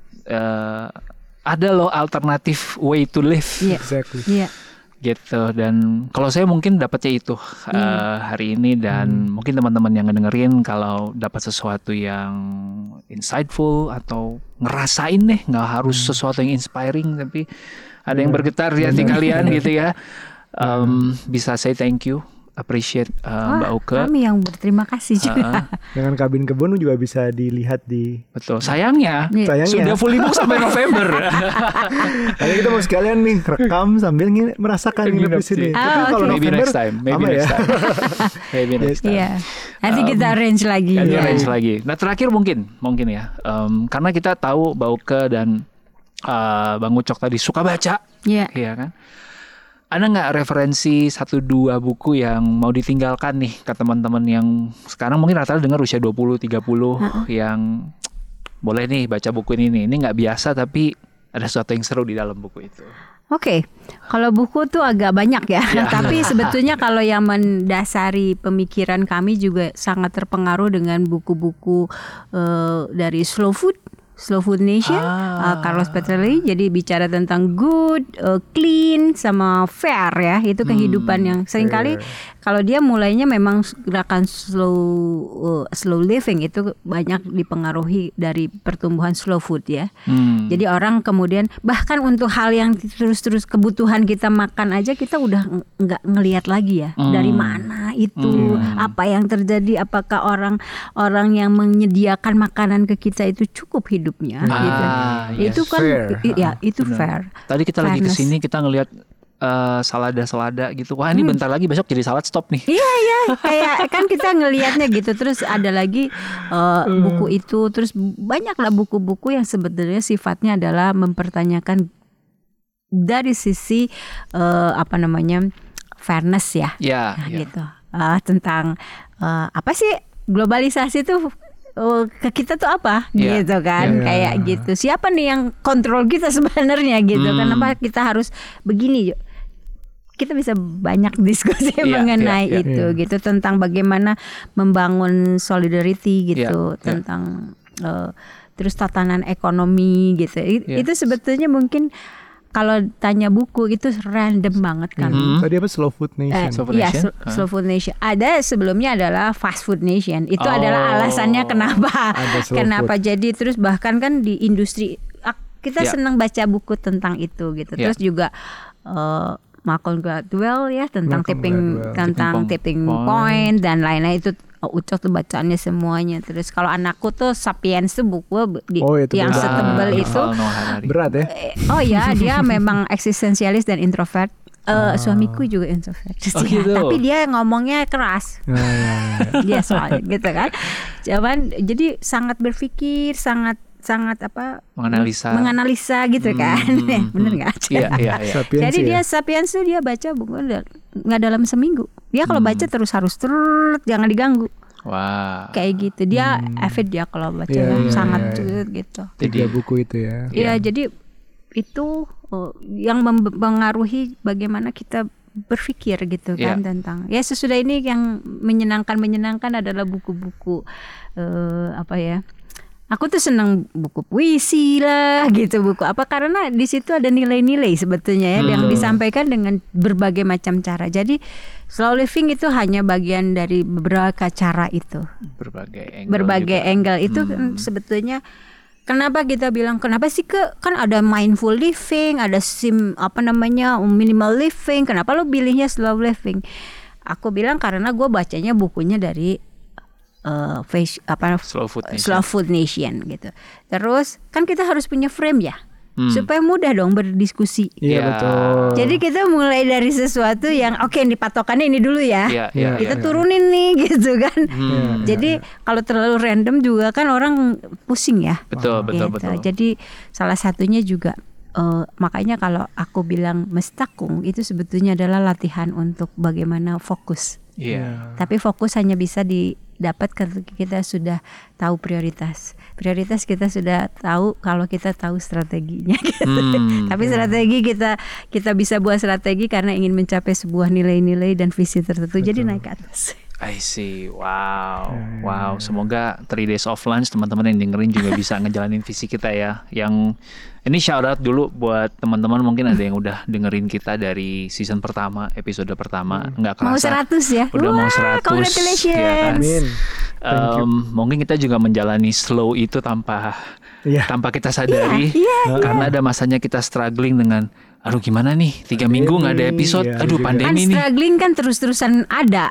ada loh alternatif way to live. Exactly. Gitu. Dan kalau saya mungkin dapatnya itu hari ini, dan mungkin teman-teman yang ngedengerin kalau dapat sesuatu yang insightful atau ngerasain deh, nggak harus sesuatu yang inspiring, tapi ada yang bergetar di hati kalian gitu ya, bisa say thank you, appreciate Mbak Uke. Kami yang berterima kasih juga. Dengan kabin kebun juga bisa dilihat di. Betul. Sayangnya sudah fully book sampai November. Kali kita mau sekalian nih rekam sambil merasakan nginep di sini. Tapi kalau maybe November, next time. Maybe next time. Iya. Nanti kita arrange lagi. Arrange lagi. Nah terakhir mungkin ya, karena kita tahu Mbak Uke dan Bang Ucok tadi suka baca, iya kan? Ada nggak referensi 1-2 buku yang mau ditinggalkan nih ke teman-teman yang sekarang mungkin rata-rata dengar usia 20-30 yang boleh nih baca buku ini nggak biasa tapi ada sesuatu yang seru di dalam buku itu. Oke, kalau buku tuh agak banyak ya. Tapi sebetulnya kalau yang mendasari pemikiran kami juga sangat terpengaruh dengan buku-buku dari Slow Food Nation, Carlos Petrelli. Jadi bicara tentang good, clean, sama fair ya. Itu kehidupan yang seringkali kalau dia mulainya memang gerakan slow living itu banyak dipengaruhi dari pertumbuhan slow food ya. Jadi orang kemudian bahkan untuk hal yang terus kebutuhan kita makan aja kita udah nggak ngelihat lagi ya. Dari mana itu, apa yang terjadi, apakah orang yang menyediakan makanan ke kita itu cukup hidupnya gitu. Itu kan fair. Itu fair. Tadi kita lagi kesini kita ngelihat salada gitu. Wah ini bentar lagi besok jadi salad stop nih. Iya kayak kan kita ngelihatnya gitu. Terus ada lagi buku itu. Terus banyaklah buku-buku yang sebetulnya sifatnya adalah mempertanyakan dari sisi fairness ya. Gitu. Tentang apa sih globalisasi itu ke kita tuh apa gitu kan, kayak gitu. Siapa nih yang kontrol kita sebenarnya gitu? Kenapa kita harus begini? Kita bisa banyak diskusi mengenai itu gitu, tentang bagaimana membangun solidarity gitu, tentang terus tatanan ekonomi gitu. Itu sebetulnya mungkin kalau tanya buku itu random banget kan. Tadi apa Slow Food Nation? Slow Food Nation. Ada sebelumnya adalah Fast Food Nation. Itu adalah alasannya kenapa jadi terus bahkan kan di industri kita senang baca buku tentang itu gitu. Terus juga Malcolm Gladwell ya tentang tipping point dan lain-lain itu. Ucok tuh bacaannya semuanya. Terus kalau anakku tuh Sapiens tuh buku yang setebal itu berat ya. Dia memang eksistensialis dan introvert. Suamiku juga introvert. Gitu. Tapi dia ngomongnya keras. Dia soal gitu kan. Jadi sangat berpikir, sangat menganalisa gitu kan. Bener nggak? Iya. Jadi dia Sapiens tuh dia baca buku nggak dalam seminggu. Dia kalau baca harus jangan diganggu. Wah. Kayak gitu. Dia avid dia kalau baca sangat gitu. 3 buku itu ya. Iya, jadi itu yang mempengaruhi bagaimana kita berpikir gitu kan tentang. Ya sesudah ini yang menyenangkan adalah buku-buku Aku tuh senang buku puisi lah gitu, buku apa, karena di situ ada nilai-nilai sebetulnya ya yang disampaikan dengan berbagai macam cara. Jadi slow living itu hanya bagian dari beberapa cara itu. Berbagai angle itu sebetulnya kenapa kita bilang kenapa sih kan ada mindful living, ada minimal living, kenapa lo pilihnya slow living? Aku bilang karena gue bacanya bukunya dari Slow Food Nation gitu. Terus kan kita harus punya frame ya. supaya mudah dong berdiskusi. Iya betul. Jadi kita mulai dari sesuatu yang oke, ini patokannya ini dulu ya. Kita turunin nih gitu kan. Jadi kalau terlalu random juga kan orang pusing ya. Betul. Jadi salah satunya juga makanya kalau aku bilang mestakung itu sebetulnya adalah latihan untuk bagaimana fokus. Tapi fokus hanya bisa didapat ketika kita sudah tahu prioritas. Prioritas kita sudah tahu kalau kita tahu strateginya. Gitu. Tapi strategi kita bisa buat strategi karena ingin mencapai sebuah nilai-nilai dan visi tertentu. Jadi naik ke atas. I see. Wow. Semoga 3 days of lunch teman-teman yang dengerin juga bisa ngejalanin visi kita ya. Yang ini shout out dulu buat teman-teman, mungkin ada yang udah dengerin kita dari season pertama, episode pertama. Nggak kerasa. Mau 100 ya? Udah mau 100. Congratulations. Ya kan? Amin. Mungkin kita juga menjalani slow itu tanpa kita sadari. Karena ada masanya kita struggling dengan aduh gimana nih 3 minggu nggak ada episode, aduh pandemi nih. Struggling kan terus-terusan ada.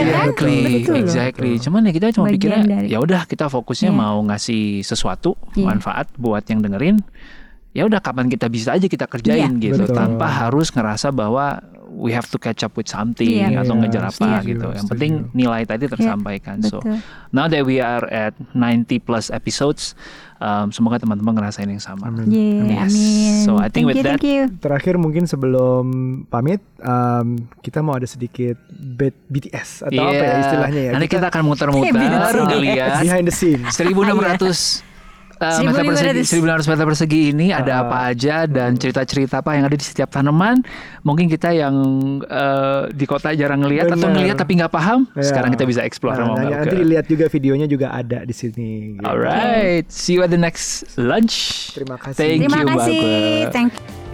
Exactly. Cuman ya kita cuma pikirnya ya udah kita fokusnya mau ngasih sesuatu manfaat buat yang dengerin. Ya udah kapan kita bisa aja kita kerjain gitu, tanpa harus ngerasa bahwa we have to catch up with something atau ngejar apa gitu. Yang penting nilai tadi tersampaikan. So now that we are at 90 plus episodes, semoga teman-teman ngerasain yang sama. Amin. So I think with that, terakhir mungkin sebelum pamit, kita mau ada sedikit BTS atau apa ya istilahnya ya. Nanti kita akan muter-muter ngeliat behind the scene 1.600 1500 meter persegi ini ada apa aja dan cerita-cerita apa yang ada di setiap tanaman. Mungkin kita yang di kota jarang ngelihat atau ngelihat tapi nggak paham, sekarang kita bisa explore. Nanti dilihat juga videonya juga ada di sini. Alright, see you at the next lunch. Terima kasih. Thank you. Thank you.